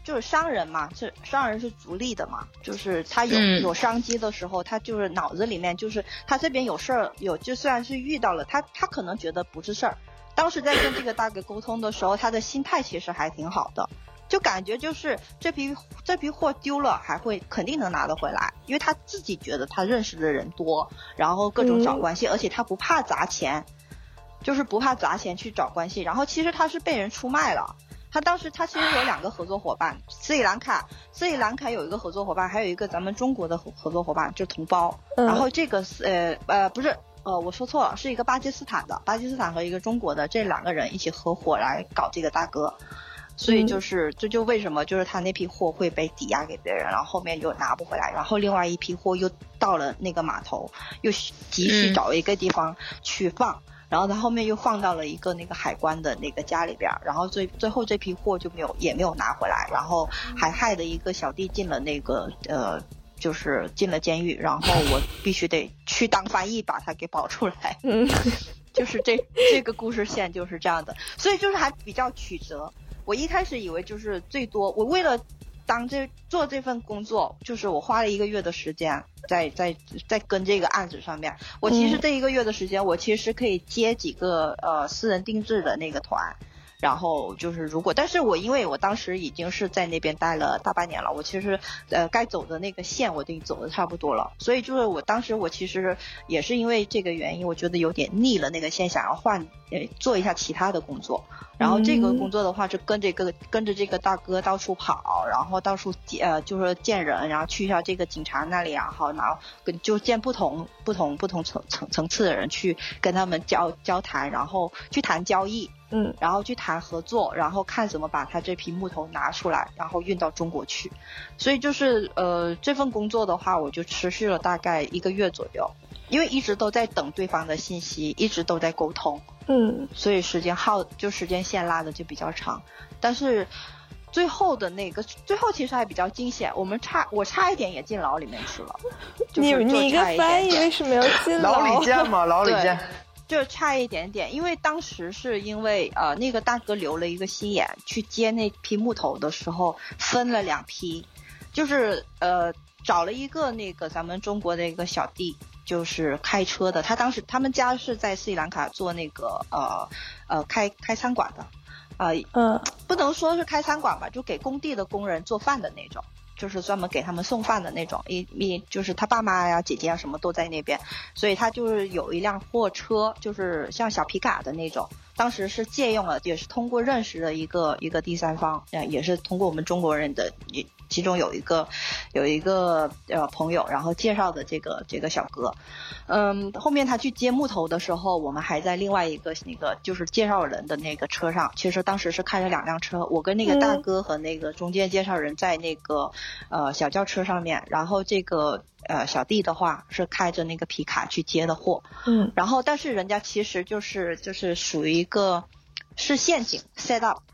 就是商人嘛，商人是逐利的嘛，就是他有商机的时候，他就是脑子里面就是他这边有事儿，就虽然是遇到了他可能觉得不是事儿。当时在跟这个大哥沟通的时候，他的心态其实还挺好的，就感觉就是这批货丢了肯定能拿得回来，因为他自己觉得他认识的人多，然后各种找关系，而且他不怕砸钱，就是不怕砸钱去找关系。然后其实他是被人出卖了，他其实有2个合作伙伴，斯里兰卡有一个合作伙伴，还有一个咱们中国的合作伙伴，就同胞。然后这个不是。我说错了，是一个巴基斯坦和一个中国的这2个人一起合伙来搞这个大哥，所以这就为什么就是他那批货会被抵押给别人，然后后面又拿不回来，然后另外一批货又到了那个码头，又急需找一个地方去放，然后他后面又放到了一个那个海关的那个家里边，然后最后这批货也没有拿回来，然后还害得一个小弟进了那个就是进了监狱，然后我必须得去当翻译把他给保出来。就是这个故事线就是这样的，所以就是还比较曲折。我一开始以为就是最多，我为了做这份工作，就是我花了1个月的时间在跟这个案子上面。我其实这1个月的时间，我其实可以接几个私人定制的那个团。然后就是但是因为我当时已经是在那边待了大半年了，我其实该走的那个线我已经走的差不多了，所以就是当时我其实也是因为这个原因，我觉得有点腻了那个线，想要做一下其他的工作。然后这个工作的话是跟着这个大哥到处跑，然后到处就是见人，然后去一下这个警察那里，然后就见不同层次的人，去跟他们交谈，然后去谈交易。然后去谈合作，然后看怎么把他这批木头拿出来，然后运到中国去。所以就是这份工作的话，我就持续了大概1个月左右，因为一直都在等对方的信息，一直都在沟通。所以时间线拉的就比较长，但是最后其实还比较惊险，我差一点也进牢里面去了。 你一个翻译为什么要进牢？ 牢里见嘛，牢里见。 就差一点点，因为当时是因为那个大哥留了一个心眼，去接那批木头的时候分了2批，就是找了一个那个咱们中国的一个小弟，就是开车的，他们家是在斯里兰卡做那个开餐馆的，不能说是开餐馆吧，就给工地的工人做饭的那种。就是专门给他们送饭的那种，就是他爸妈呀、姐姐啊什么都在那边，所以他就是有一辆货车，就是像小皮卡的那种。当时是借用了，也是通过认识的一个第三方，也是通过我们中国人的，其中有一个朋友，然后介绍的这个小哥。后面他去接木头的时候，我们还在另外一个那个就是介绍人的那个车上，其实当时是开着2辆车，我跟那个大哥和那个中间介绍人在那个小轿车上面，然后这个小弟的话是开着那个皮卡去接的货。然后但是人家其实就是属于一个是陷阱 set up。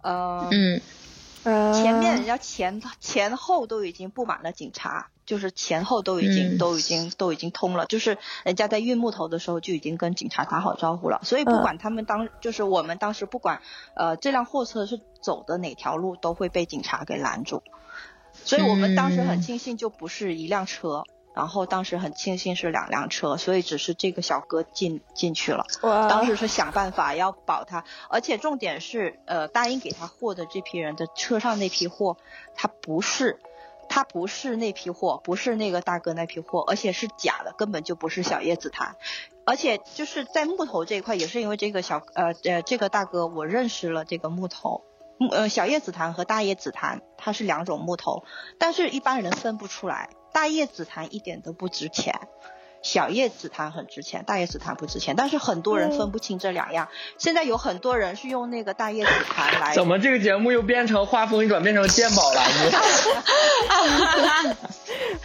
前面人家前后都已经布满了警察，就是前后都已经通了，就是人家在运木头的时候就已经跟警察打好招呼了，所以不管他们就是我们当时不管这辆货车是走的哪条路，都会被警察给拦住，所以我们当时很庆幸就不是1辆车。然后当时很庆幸是2辆车，所以只是这个小哥进去了。当时是想办法要保他，而且重点是答应给他货的这批人的车上那批货，他不是那批货，不是那个大哥那批货，而且是假的，根本就不是小叶紫檀。而且就是在木头这一块，也是因为这个这个大哥我认识了这个木头。小叶紫檀和大叶紫檀它是2种木头，但是一般人分不出来。大叶紫檀一点都不值钱，小叶紫檀很值钱，大叶紫檀不值钱，但是很多人分不清这2样。现在有很多人是用那个大叶紫檀来。 怎么这个节目又变成画风一转变成鉴宝栏目？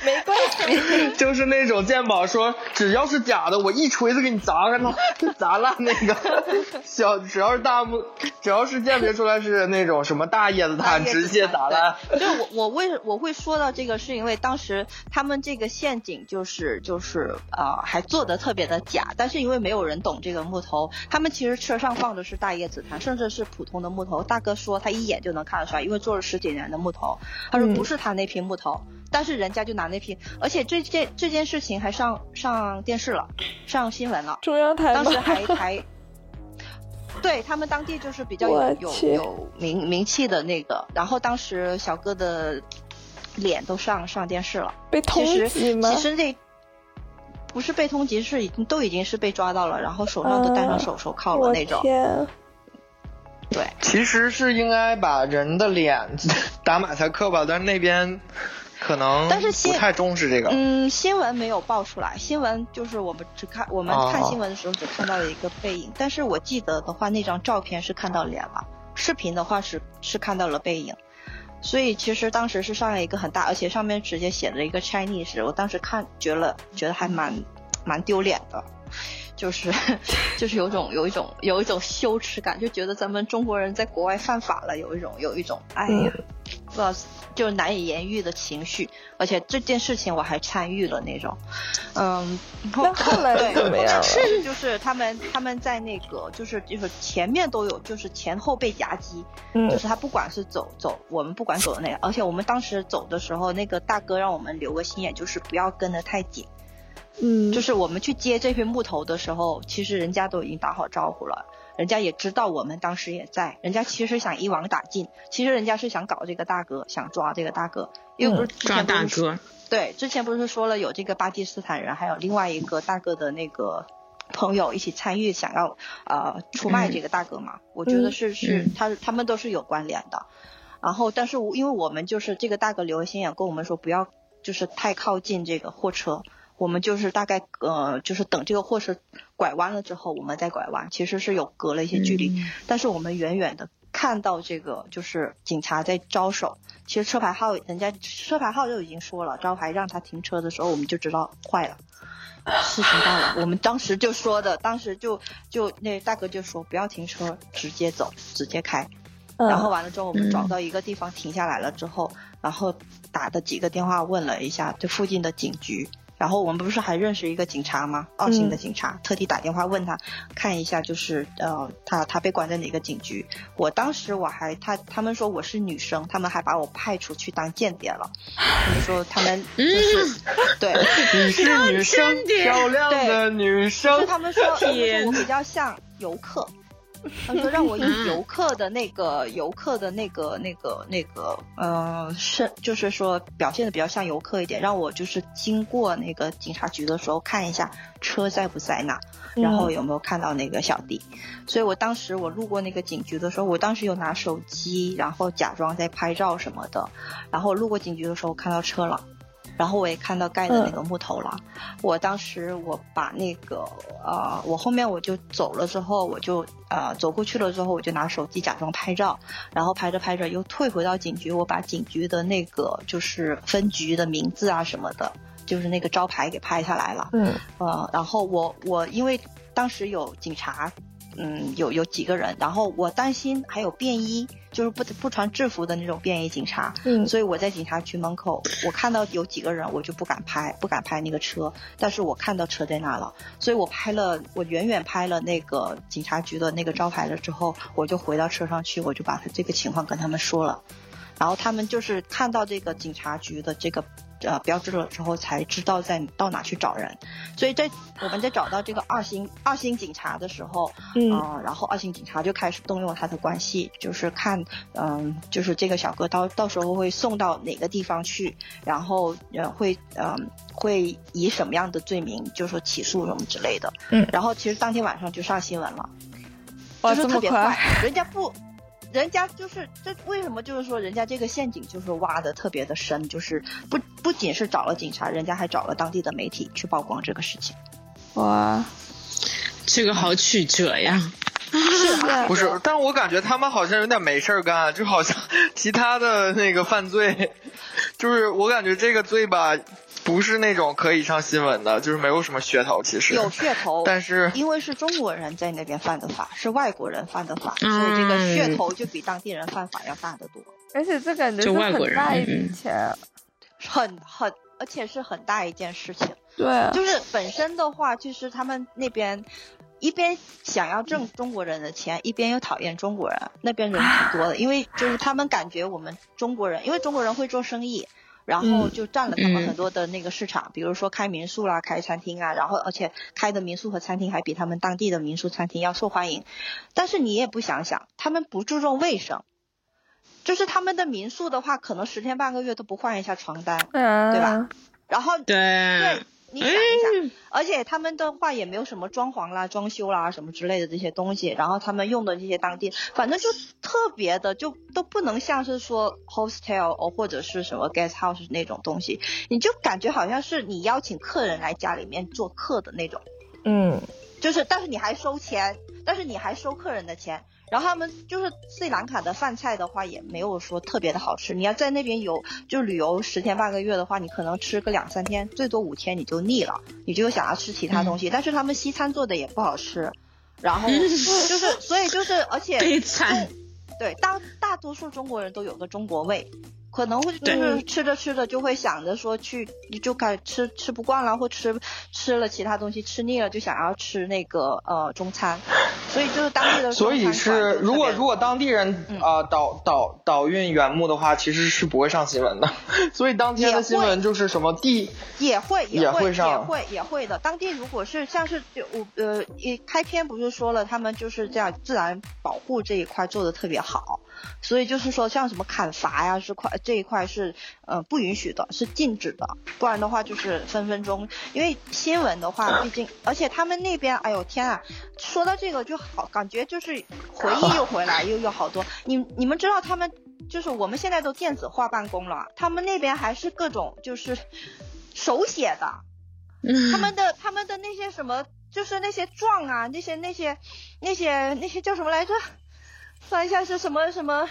没关系， 就是那种鉴宝说只要是假的，我一锤子给你砸烂那个小，只要是鉴别出来是那种什么大叶子炭，直接砸烂。 就我会说到这个，是因为当时他们这个陷阱就是还做得特别的假，但是因为没有人懂这个木头，他们其实车上放的是大叶紫檀，甚至是普通的木头。大哥说他一眼就能看得出来，因为做了10几年的木头，他说不是他那批木头，但是人家就拿那批，而且这件事情还上电视了，上新闻了， 中央台吗？ 当时还对他们当地就是比较有名气的那个，然后当时小哥的脸都上电视了， 被通缉吗？ 其实这不是被通缉，是已经是被抓到了，然后手上都戴上手铐了那种。 天， 对， 其实是应该把人的脸打马赛克吧，但是那边可能不太重视这个。 新闻没有爆出来，新闻就是我们看新闻的时候只看到了一个背影，但是我记得的话，那张照片是看到脸了，视频的话是看到了背影。所以其实当时是上了一个很大，而且上面直接写了一个 Chinese， 我当时觉得还蛮丢脸的，就是有一种羞耻感，就觉得咱们中国人在国外犯法了，有一种哎呀，不知道就难以言喻的情绪，而且这件事情我还参与了那种， 那后来怎么样了？ 是就是他们在那个就是前面都有，就是前后被夹击，就是他不管是走，我们不管走的那个，而且我们当时走的时候，那个大哥让我们留个心眼，就是不要跟得太紧。就是我们去接这批木头的时候，其实人家都已经打好招呼了，人家也知道我们当时也在，人家其实想一网打尽，其实人家是想搞这个大哥，想抓这个大哥，因为不是抓大哥。 对，之前不是说了有这个巴基斯坦人，还有另外一个大哥的那个朋友一起参与，想要出卖这个大哥嘛？我觉得是他们都是有关联的。然后，但是因为我们就是这个大哥留了心眼，跟我们说不要就是太靠近这个货车。我们就是大概就是等这个货车拐弯了之后，我们再拐弯，其实是有隔了一些距离，但是我们远远的看到这个就是警察在招手，其实人家车牌号就已经说了，招牌让他停车的时候，我们就知道坏了，事情到了。我们当时就说的，当时就那大哥就说不要停车，直接走，直接开。然后完了之后，我们找到一个地方停下来了之后，然后打的几个电话问了一下这附近的警局。然后我们不是还认识一个警察吗？澳新的警察，特地打电话问他看一下，就是他被关在哪个警局。我当时他们说我是女生，他们还把我派出去当间谍了。他们说他们就是对， 你是女生，漂亮的女生。 就是他们说我比较像游客。他说让我以游客的那个是就是说表现的比较像游客一点，让我就是经过那个警察局的时候看一下车在不在那，然后有没有看到那个小弟。所以我当时我路过那个警局的时候，我当时有拿手机，然后假装在拍照什么的，然后路过警局的时候看到车了。然后我也看到盖的那个木头了。我当时我把那个我后面我就走了之后，我就走过去了之后，我就拿手机假装拍照，然后拍着又退回到警局，我把警局的那个就是分局的名字啊什么的，就是那个招牌给拍下来了。然后我因为当时有警察。有几个人，然后我担心还有便衣，就是不穿制服的那种便衣警察，所以我在警察局门口，我看到有几个人，我就不敢拍那个车，但是我看到车在那了，所以我远远拍了那个警察局的那个招牌了之后，我就回到车上去，我就把这个情况跟他们说了，然后他们就是看到这个警察局的这个标志了之后，才知道到哪去找人。所以我们在找到这个二星警察的时候，然后二星警察就开始动用他的关系，就是看就是这个小哥到时候会送到哪个地方去，然后会以什么样的罪名，就是说起诉什么之类的。然后其实当天晚上就上新闻了，就是特别快，人家就是这为什么就是说人家这个陷阱就是挖的特别的深，就是不仅是找了警察，人家还找了当地的媒体去曝光这个事情。 哇， 这个好曲折呀。 不是，但我感觉他们好像有点没事干，就好像其他的那个犯罪，就是我感觉这个罪吧， 不是那种可以上新闻的，就是没有什么噱头，其实有噱头， 但是因为是中国人在那边犯的法，是外国人犯的法，所以这个噱头就比当地人犯法要大得多。 而且这感觉是很大一笔钱， 而且是很大一件事情。 对， 就是本身的话，就是他们那边一边想要挣中国人的钱，一边又讨厌中国人，那边人挺多的，因为就是他们感觉我们中国人，因为中国人会做生意，然后就占了他们很多的那个市场，比如说开民宿啦、开餐厅啊，然后而且开的民宿和餐厅还比他们当地的民宿餐厅要受欢迎。但是你也不想想，他们不注重卫生，就是他们的民宿的话，可能10天半个月都不换一下床单，对吧？然后对。你想一想，而且他们的话也没有什么装潢啦、装修啦什么之类的这些东西，然后他们用的这些当地，反正就特别的，就都不能像是说 hostel 或者是什么 guest house 那种东西，你就感觉好像是你邀请客人来家里面做客的那种，就是但是你还收钱，但是你还收客人的钱。然后他们就是斯里兰卡的饭菜的话也没有说特别的好吃，你要在那边就旅游10天半个月的话，你可能吃个2-3天，最多5天你就腻了，你就想要吃其他东西，但是他们西餐做的也不好吃，然后就是所以就是而且悲惨， 对，大多数中国人都有个中国胃，可能会就是吃着吃着就会想着说就开始吃不惯了，或吃了其他东西吃腻了，就想要吃那个中餐，所以就是当地的所以是如果当地人倒运原木的话，其实是不会上新闻的。所以当天的新闻就是什么也会上， 也会的。当地如果是像是开篇不是说了，他们就是这样自然保护这一块做的特别好，所以就是说像什么砍伐呀这一块是不允许的，是禁止的，不然的话就是分分钟，因为新闻的话毕竟，而且他们那边哎呦天啊，说到这个就好，感觉就是回忆又回来，又有好多你们知道他们就是我们现在都电子化办公了，他们那边还是各种就是手写的，他们的那些什么就是那些状啊，那些叫什么来着？算一下是什么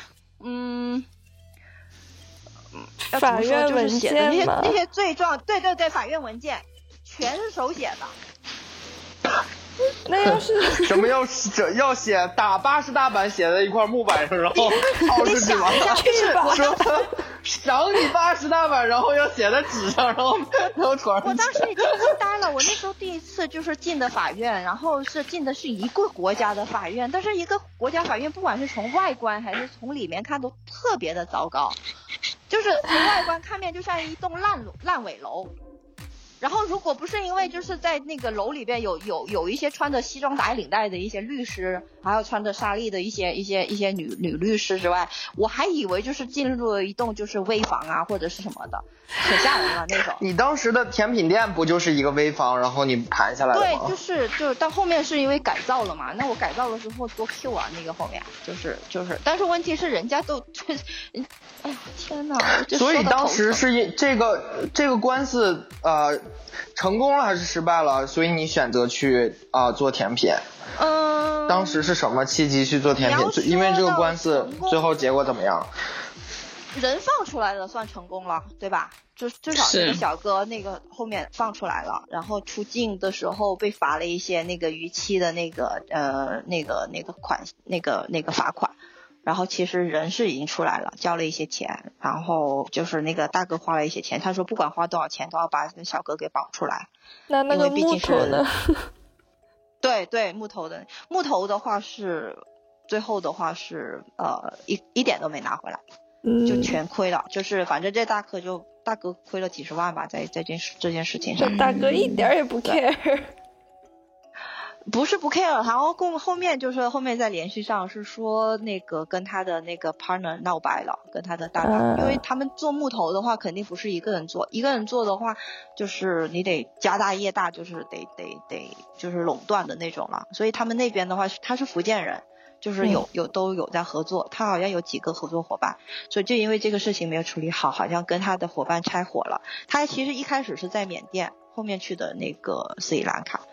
法院文件那些罪状，对，法院文件全是手写的。 那要是什么要写打80大板写在一块木板上，然后套出去吗？说赏你80大板，然后要写在纸上，然后传上去。 我当时已经呆了，我那时候第一次就是进的法院，然后是进的是一个国家的法院，但是一个国家法院不管是从外观还是从里面看都特别的糟糕，就是从外观看面就像一栋烂尾楼。然后如果不是因为就是在那个楼里边有一些穿着西装打领带的一些律师，还有穿着纱丽的一些女律师之外，我还以为就是进入了一栋就是危房啊或者是什么的，可吓人了那种。 你当时的甜品店不就是一个危房，然后你盘下来了吗？ 对，就是到后面是因为改造了嘛，那我改造的时候多 Q 啊，那个后面就是，但是问题是人家都哎呀天哪！ 所以当时是这个官司成功了还是失败了？所以你选择去做甜品。当时是什么契机去做甜品？因为这个官司最后结果怎么样？ 人放出来了算成功了，对吧？就至少那个小哥那个后面放出来了，然后出境的时候被罚了一些那个逾期的那个罚款。然后其实人是已经出来了，交了一些钱，然后就是那个大哥花了一些钱，他说不管花多少钱都要把那小哥给保出来。 那个木头呢？ 对，木头的话是最后的话是一点都没拿回来，就全亏了，就是反正这大哥亏了几十万吧，在这件事情上。 大哥一点也不 care。 不是不 care， 然后后面在联系上是说那个跟他的那个 partner 闹掰了，跟他的搭档，因为他们做木头的话肯定不是一个人做，一个人做的话就是你得家大业大，就是得就是垄断的那种了，所以他们那边的话他是福建人，就是都有在合作，他好像有几个合作伙伴，所以就因为这个事情没有处理好，好像跟他的伙伴拆伙了。他其实一开始是在缅甸，后面去的那个斯里兰卡，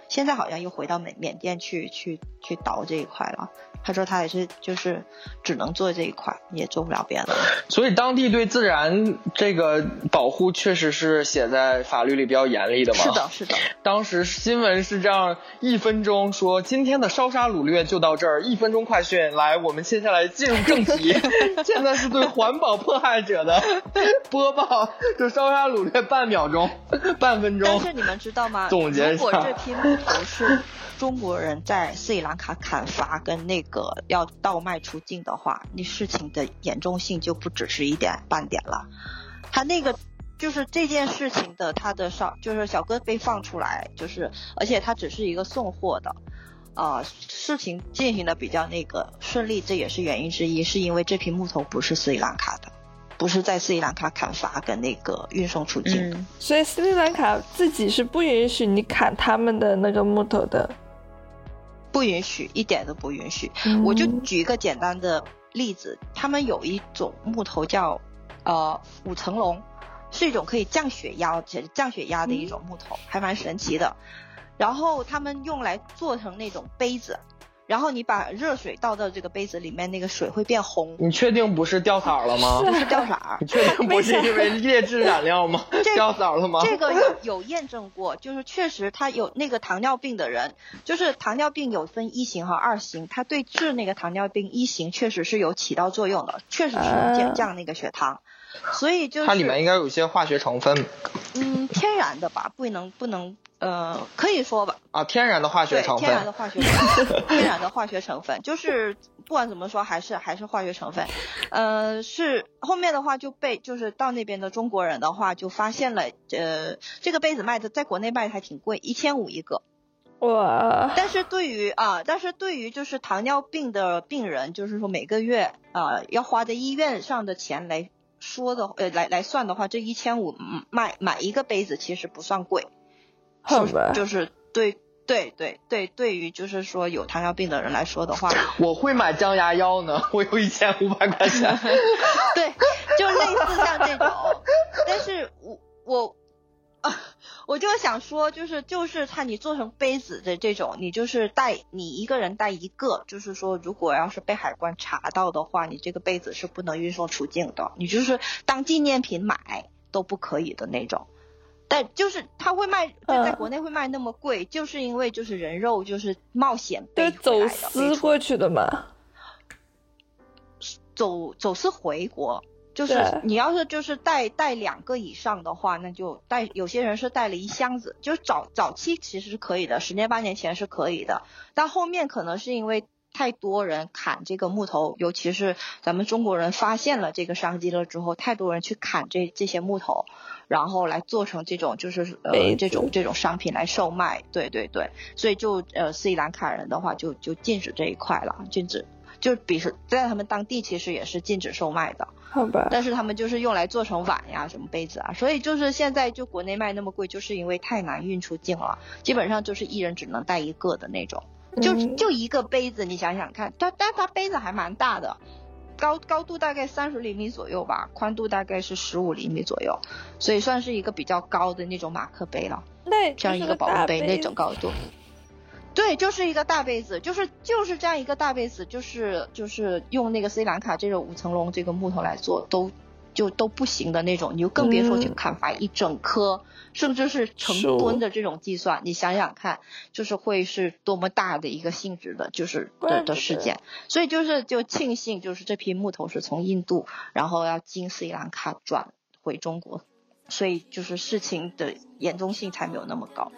现在好像又回到缅甸去倒这一块了。他说他也是就是只能做这一块，也做不了别的。 所以当地对自然这个保护确实是写在法律里比较严厉的嘛。 是的是的。 当时新闻是这样，1分钟说今天的烧杀掳掠就到这儿，1分钟快讯，来我们接下来进入正题。现在是对环保迫害者的播报，就烧杀掳掠半分钟。 但是你们知道吗？ 总结一下， 如果这批木头是中国人在斯里兰卡砍伐跟那个要倒卖出境的话，那事情的严重性就不只是1点半点了。他那个就是这件事情的他的就是小哥被放出来，就是而且他只是一个送货的事情进行的比较那个顺利，这也是原因之一，是因为这批木头不是斯里兰卡的，不是在斯里兰卡砍伐跟那个运送出境的。 所以斯里兰卡自己是不允许你砍他们的那个木头的。 不允许，一点都不允许。我就举一个简单的例子，他们有一种木头叫5层龙，是一种可以降血压的一种木头，还蛮神奇的。然后他们用来做成那种杯子，然后你把热水倒到这个杯子里面，那个水会变红。 你确定不是掉色了吗？ 不是掉色。 你确定不是因为劣质染料吗？掉色了吗？ 这个有验证过，就是确实他有那个糖尿病的人，就是糖尿病有分1型和2型，他对治那个糖尿病1型确实是有起到作用的，确实是能降那个血糖。所以就是它里面应该有一些化学成分。 天然的吧，不能可以说吧。 天然的化学成分。 天然的化学成分，就是不管怎么说还是化学成分。是后面的话就是到那边的中国人的话就发现了，这个杯子在国内卖的还挺贵，1500一个。 哇！ 但是对于就是糖尿病的病人，就是说每个月要花在医院上的钱来算的话，这1500买一个杯子其实不算贵。 好吧。 就是对于就是说有糖尿病的人来说的话， 我会买降压药呢，我有1500块钱。 对，就类似像这种。但是我就想说，就是你做成杯子的这种，你就是你一个人带一个，就是说如果要是被海关查到的话，你这个杯子是不能运送出境的，你就是当纪念品买都不可以的那种。但就是他会卖，在国内会卖那么贵，就是因为就是人肉就是冒险背回来的， 走私过去的嘛。 走私回国。就是你要是就是带2个以上的话，那就有些人是带了1箱子，就是早期其实是可以的，10年8年前是可以的，但后面可能是因为太多人砍这个木头，尤其是咱们中国人发现了这个商机了之后，太多人去砍这些木头，然后来做成这种就是这种商品来售卖。对，所以就斯里兰卡人的话就禁止这一块了，禁止。就比如在他们当地其实也是禁止售卖的， 好吧？但是他们就是用来做成碗呀、什么杯子啊，所以就是现在就国内卖那么贵，就是因为太难运出境了，基本上就是一人只能带1个的那种，就一个杯子，你想想看，但它杯子还蛮大的，高度大概30厘米左右吧，宽度大概是15厘米左右，所以算是一个比较高的那种马克杯了，像一个保温杯那种高度。对，就是一个大杯子，就是这样一个大杯子，就是用那个斯里兰卡这种5层龙这个木头来做，都不行的那种，你就更别说去砍伐一整棵，甚至是成吨的这种计算，你想想看，就是会是多么大的一个性质的，就是的事件。所以就庆幸，就是这批木头是从印度，然后要经斯里兰卡转回中国，所以就是事情的严重性才没有那么高。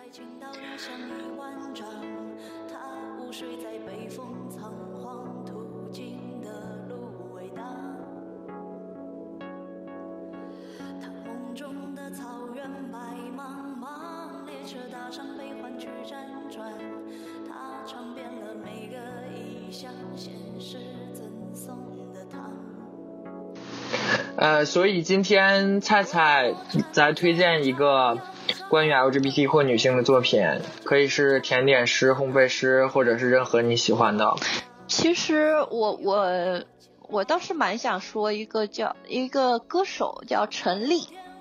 所以今天菜菜再推荐一个关于 LGBT 或女性的作品，可以是甜点师、烘焙师，或者是任何你喜欢的。 其实我倒是蛮想说一个歌手叫陈粒，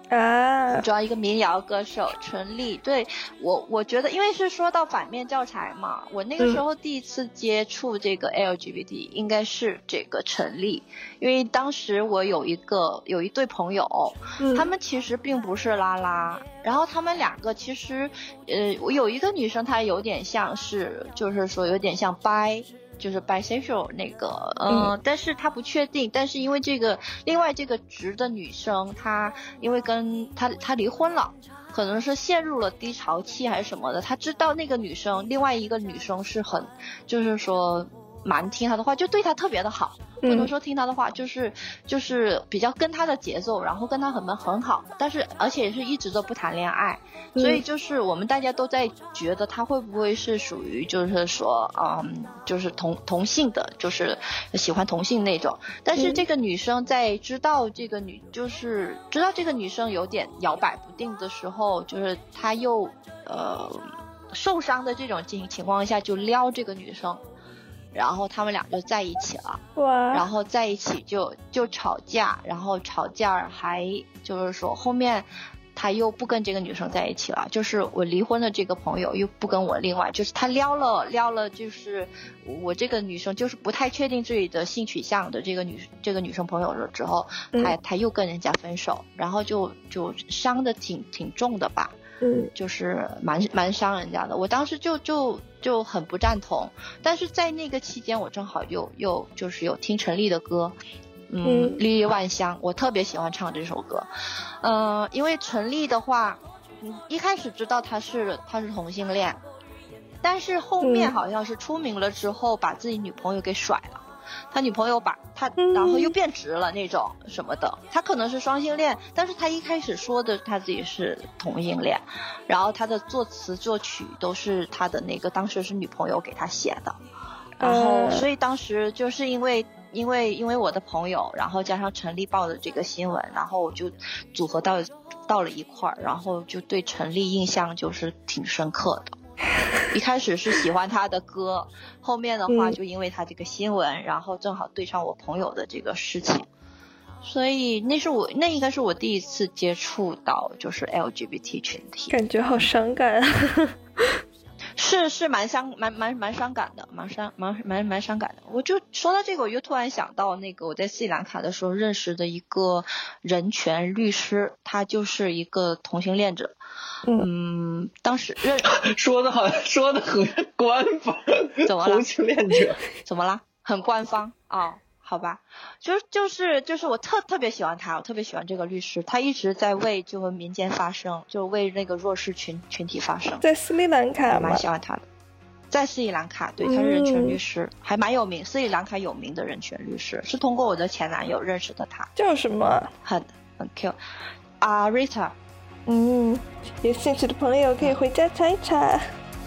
啊， 主要一个民谣歌手陈粒。对，我觉得因为是说到反面教材嘛，我那个时候第一次接触这个 LGBT 应该是这个陈粒，因为当时我有一对朋友，他们其实并不是拉拉，然后他们两个其实我有一个女生她有点像是就是说有点像bi，就是 bisexual 那个，但是她不确定，但是因为另外这个直的女生，她因为跟她离婚了，可能是陷入了低潮期还是什么的，她知道那个女生，另外一个女生是很，就是说蛮听她的话，就对她特别的好，不能说听她的话，就是比较跟她的节奏，然后跟她很好，但是而且是一直都不谈恋爱，所以就是我们大家都在觉得她会不会是属于就是说就是同性的，就是喜欢同性那种，但是这个女生在知道这个女生有点摇摆不定的时候，就是她又受伤的这种情况下就撩这个女生，然后他们俩就在一起了，然后在一起就吵架，然后吵架还就是说后面他又不跟这个女生在一起了，就是我离婚的这个朋友又不跟我另外，就是他撩了就是我这个女生就是不太确定自己的性取向的这个女生朋友了之后，他又跟人家分手，然后就伤的挺重的吧，就是蛮伤人家的。我当时就很不赞同，但是在那个期间我正好又就是有听陈粒的歌，历历万香，我特别喜欢唱这首歌，因为陈粒的话，一开始知道他是同性恋，但是后面好像是出名了之后把自己女朋友给甩了，他女朋友把他然后又变直了那种什么的，他可能是双性恋，但是他一开始说的他自己是同性恋，然后他的作词作曲都是他的那个当时是女朋友给他写的，然后所以当时就是因为我的朋友，然后加上陈粒报的这个新闻，然后我就组合到了一块儿，然后就对陈粒印象就是挺深刻的。一开始是喜欢他的歌，后面的话就因为他这个新闻，然后正好对上我朋友的这个事情，所以那应该是我第一次接触到就是 LGBT 群体， 感觉好伤感。 是蛮伤感的，蛮伤感的。我就说到这个，我就突然想到那个我在斯里兰卡的时候认识的一个人权律师，他就是一个同性恋者。当时说的很官方， 怎么了？ 同性恋者怎么了？很官方哦。好吧，就是我特别喜欢他，我特别喜欢这个律师，他一直在为这个民间发声，就为那个弱势群体发声。 在斯里兰卡我蛮喜欢他的，在斯里兰卡，对，他是人权律师，还蛮有名，斯里兰卡有名的人权律师，是通过我的前男友认识的他。 叫什么？ 很 Q 啊 Rita。 有兴趣的朋友可以回家查一查。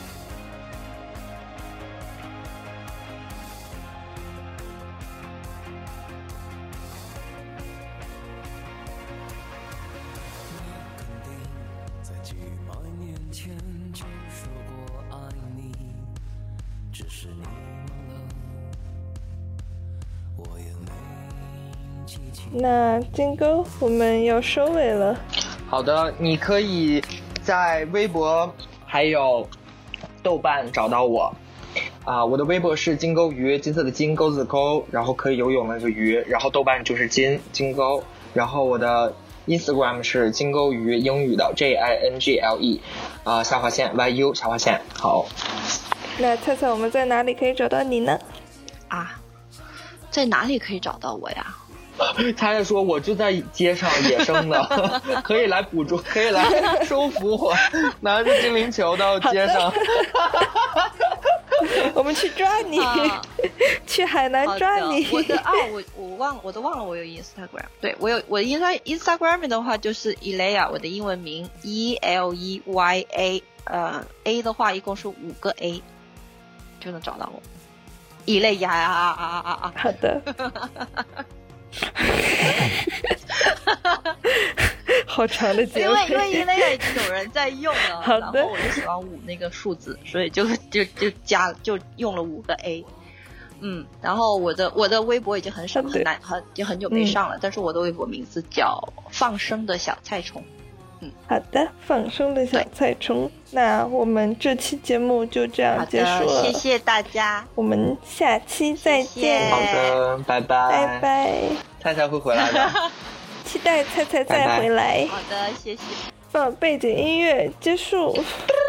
那金钩我们要收尾了。 好的，你可以在微博还有豆瓣找到我我的微博是金钩鱼，金色的金，钩子的钩，然后可以游泳的那个鱼，然后豆瓣就是金钩，然后我的 Instagram 是金钩鱼，英语的 JINGLE 下划线 YU 下划线。好， 那猜猜我们在哪里可以找到你呢？ 在哪里可以找到我呀？ 他在说我就在街上野生的可以来捕捉，可以来收服我，拿着精灵球到街上我们去抓你去海南抓你。 我都忘了我有 Instagram， 对，我的 Instagram 的话就是 Eleya， 我的英文名 ELEYA， A 的话一共是5个 A 就能找到我。Eleya 好的好长的结尾， 因为Eleya已经有人在用了， 好的， 然后我就喜欢5那个数字，所以就用了5个 A。 然后我的微博已经很很久没上了，但是我的微博名字叫放生的小菜虫。 好的，放生的小菜虫。那我们这期节目就这样结束了， 谢谢大家， 我们下期再见。 好的，拜拜， 拜拜。 菜菜会回来的， 期待菜菜再回来。 好的，谢谢。 放背景音乐结束。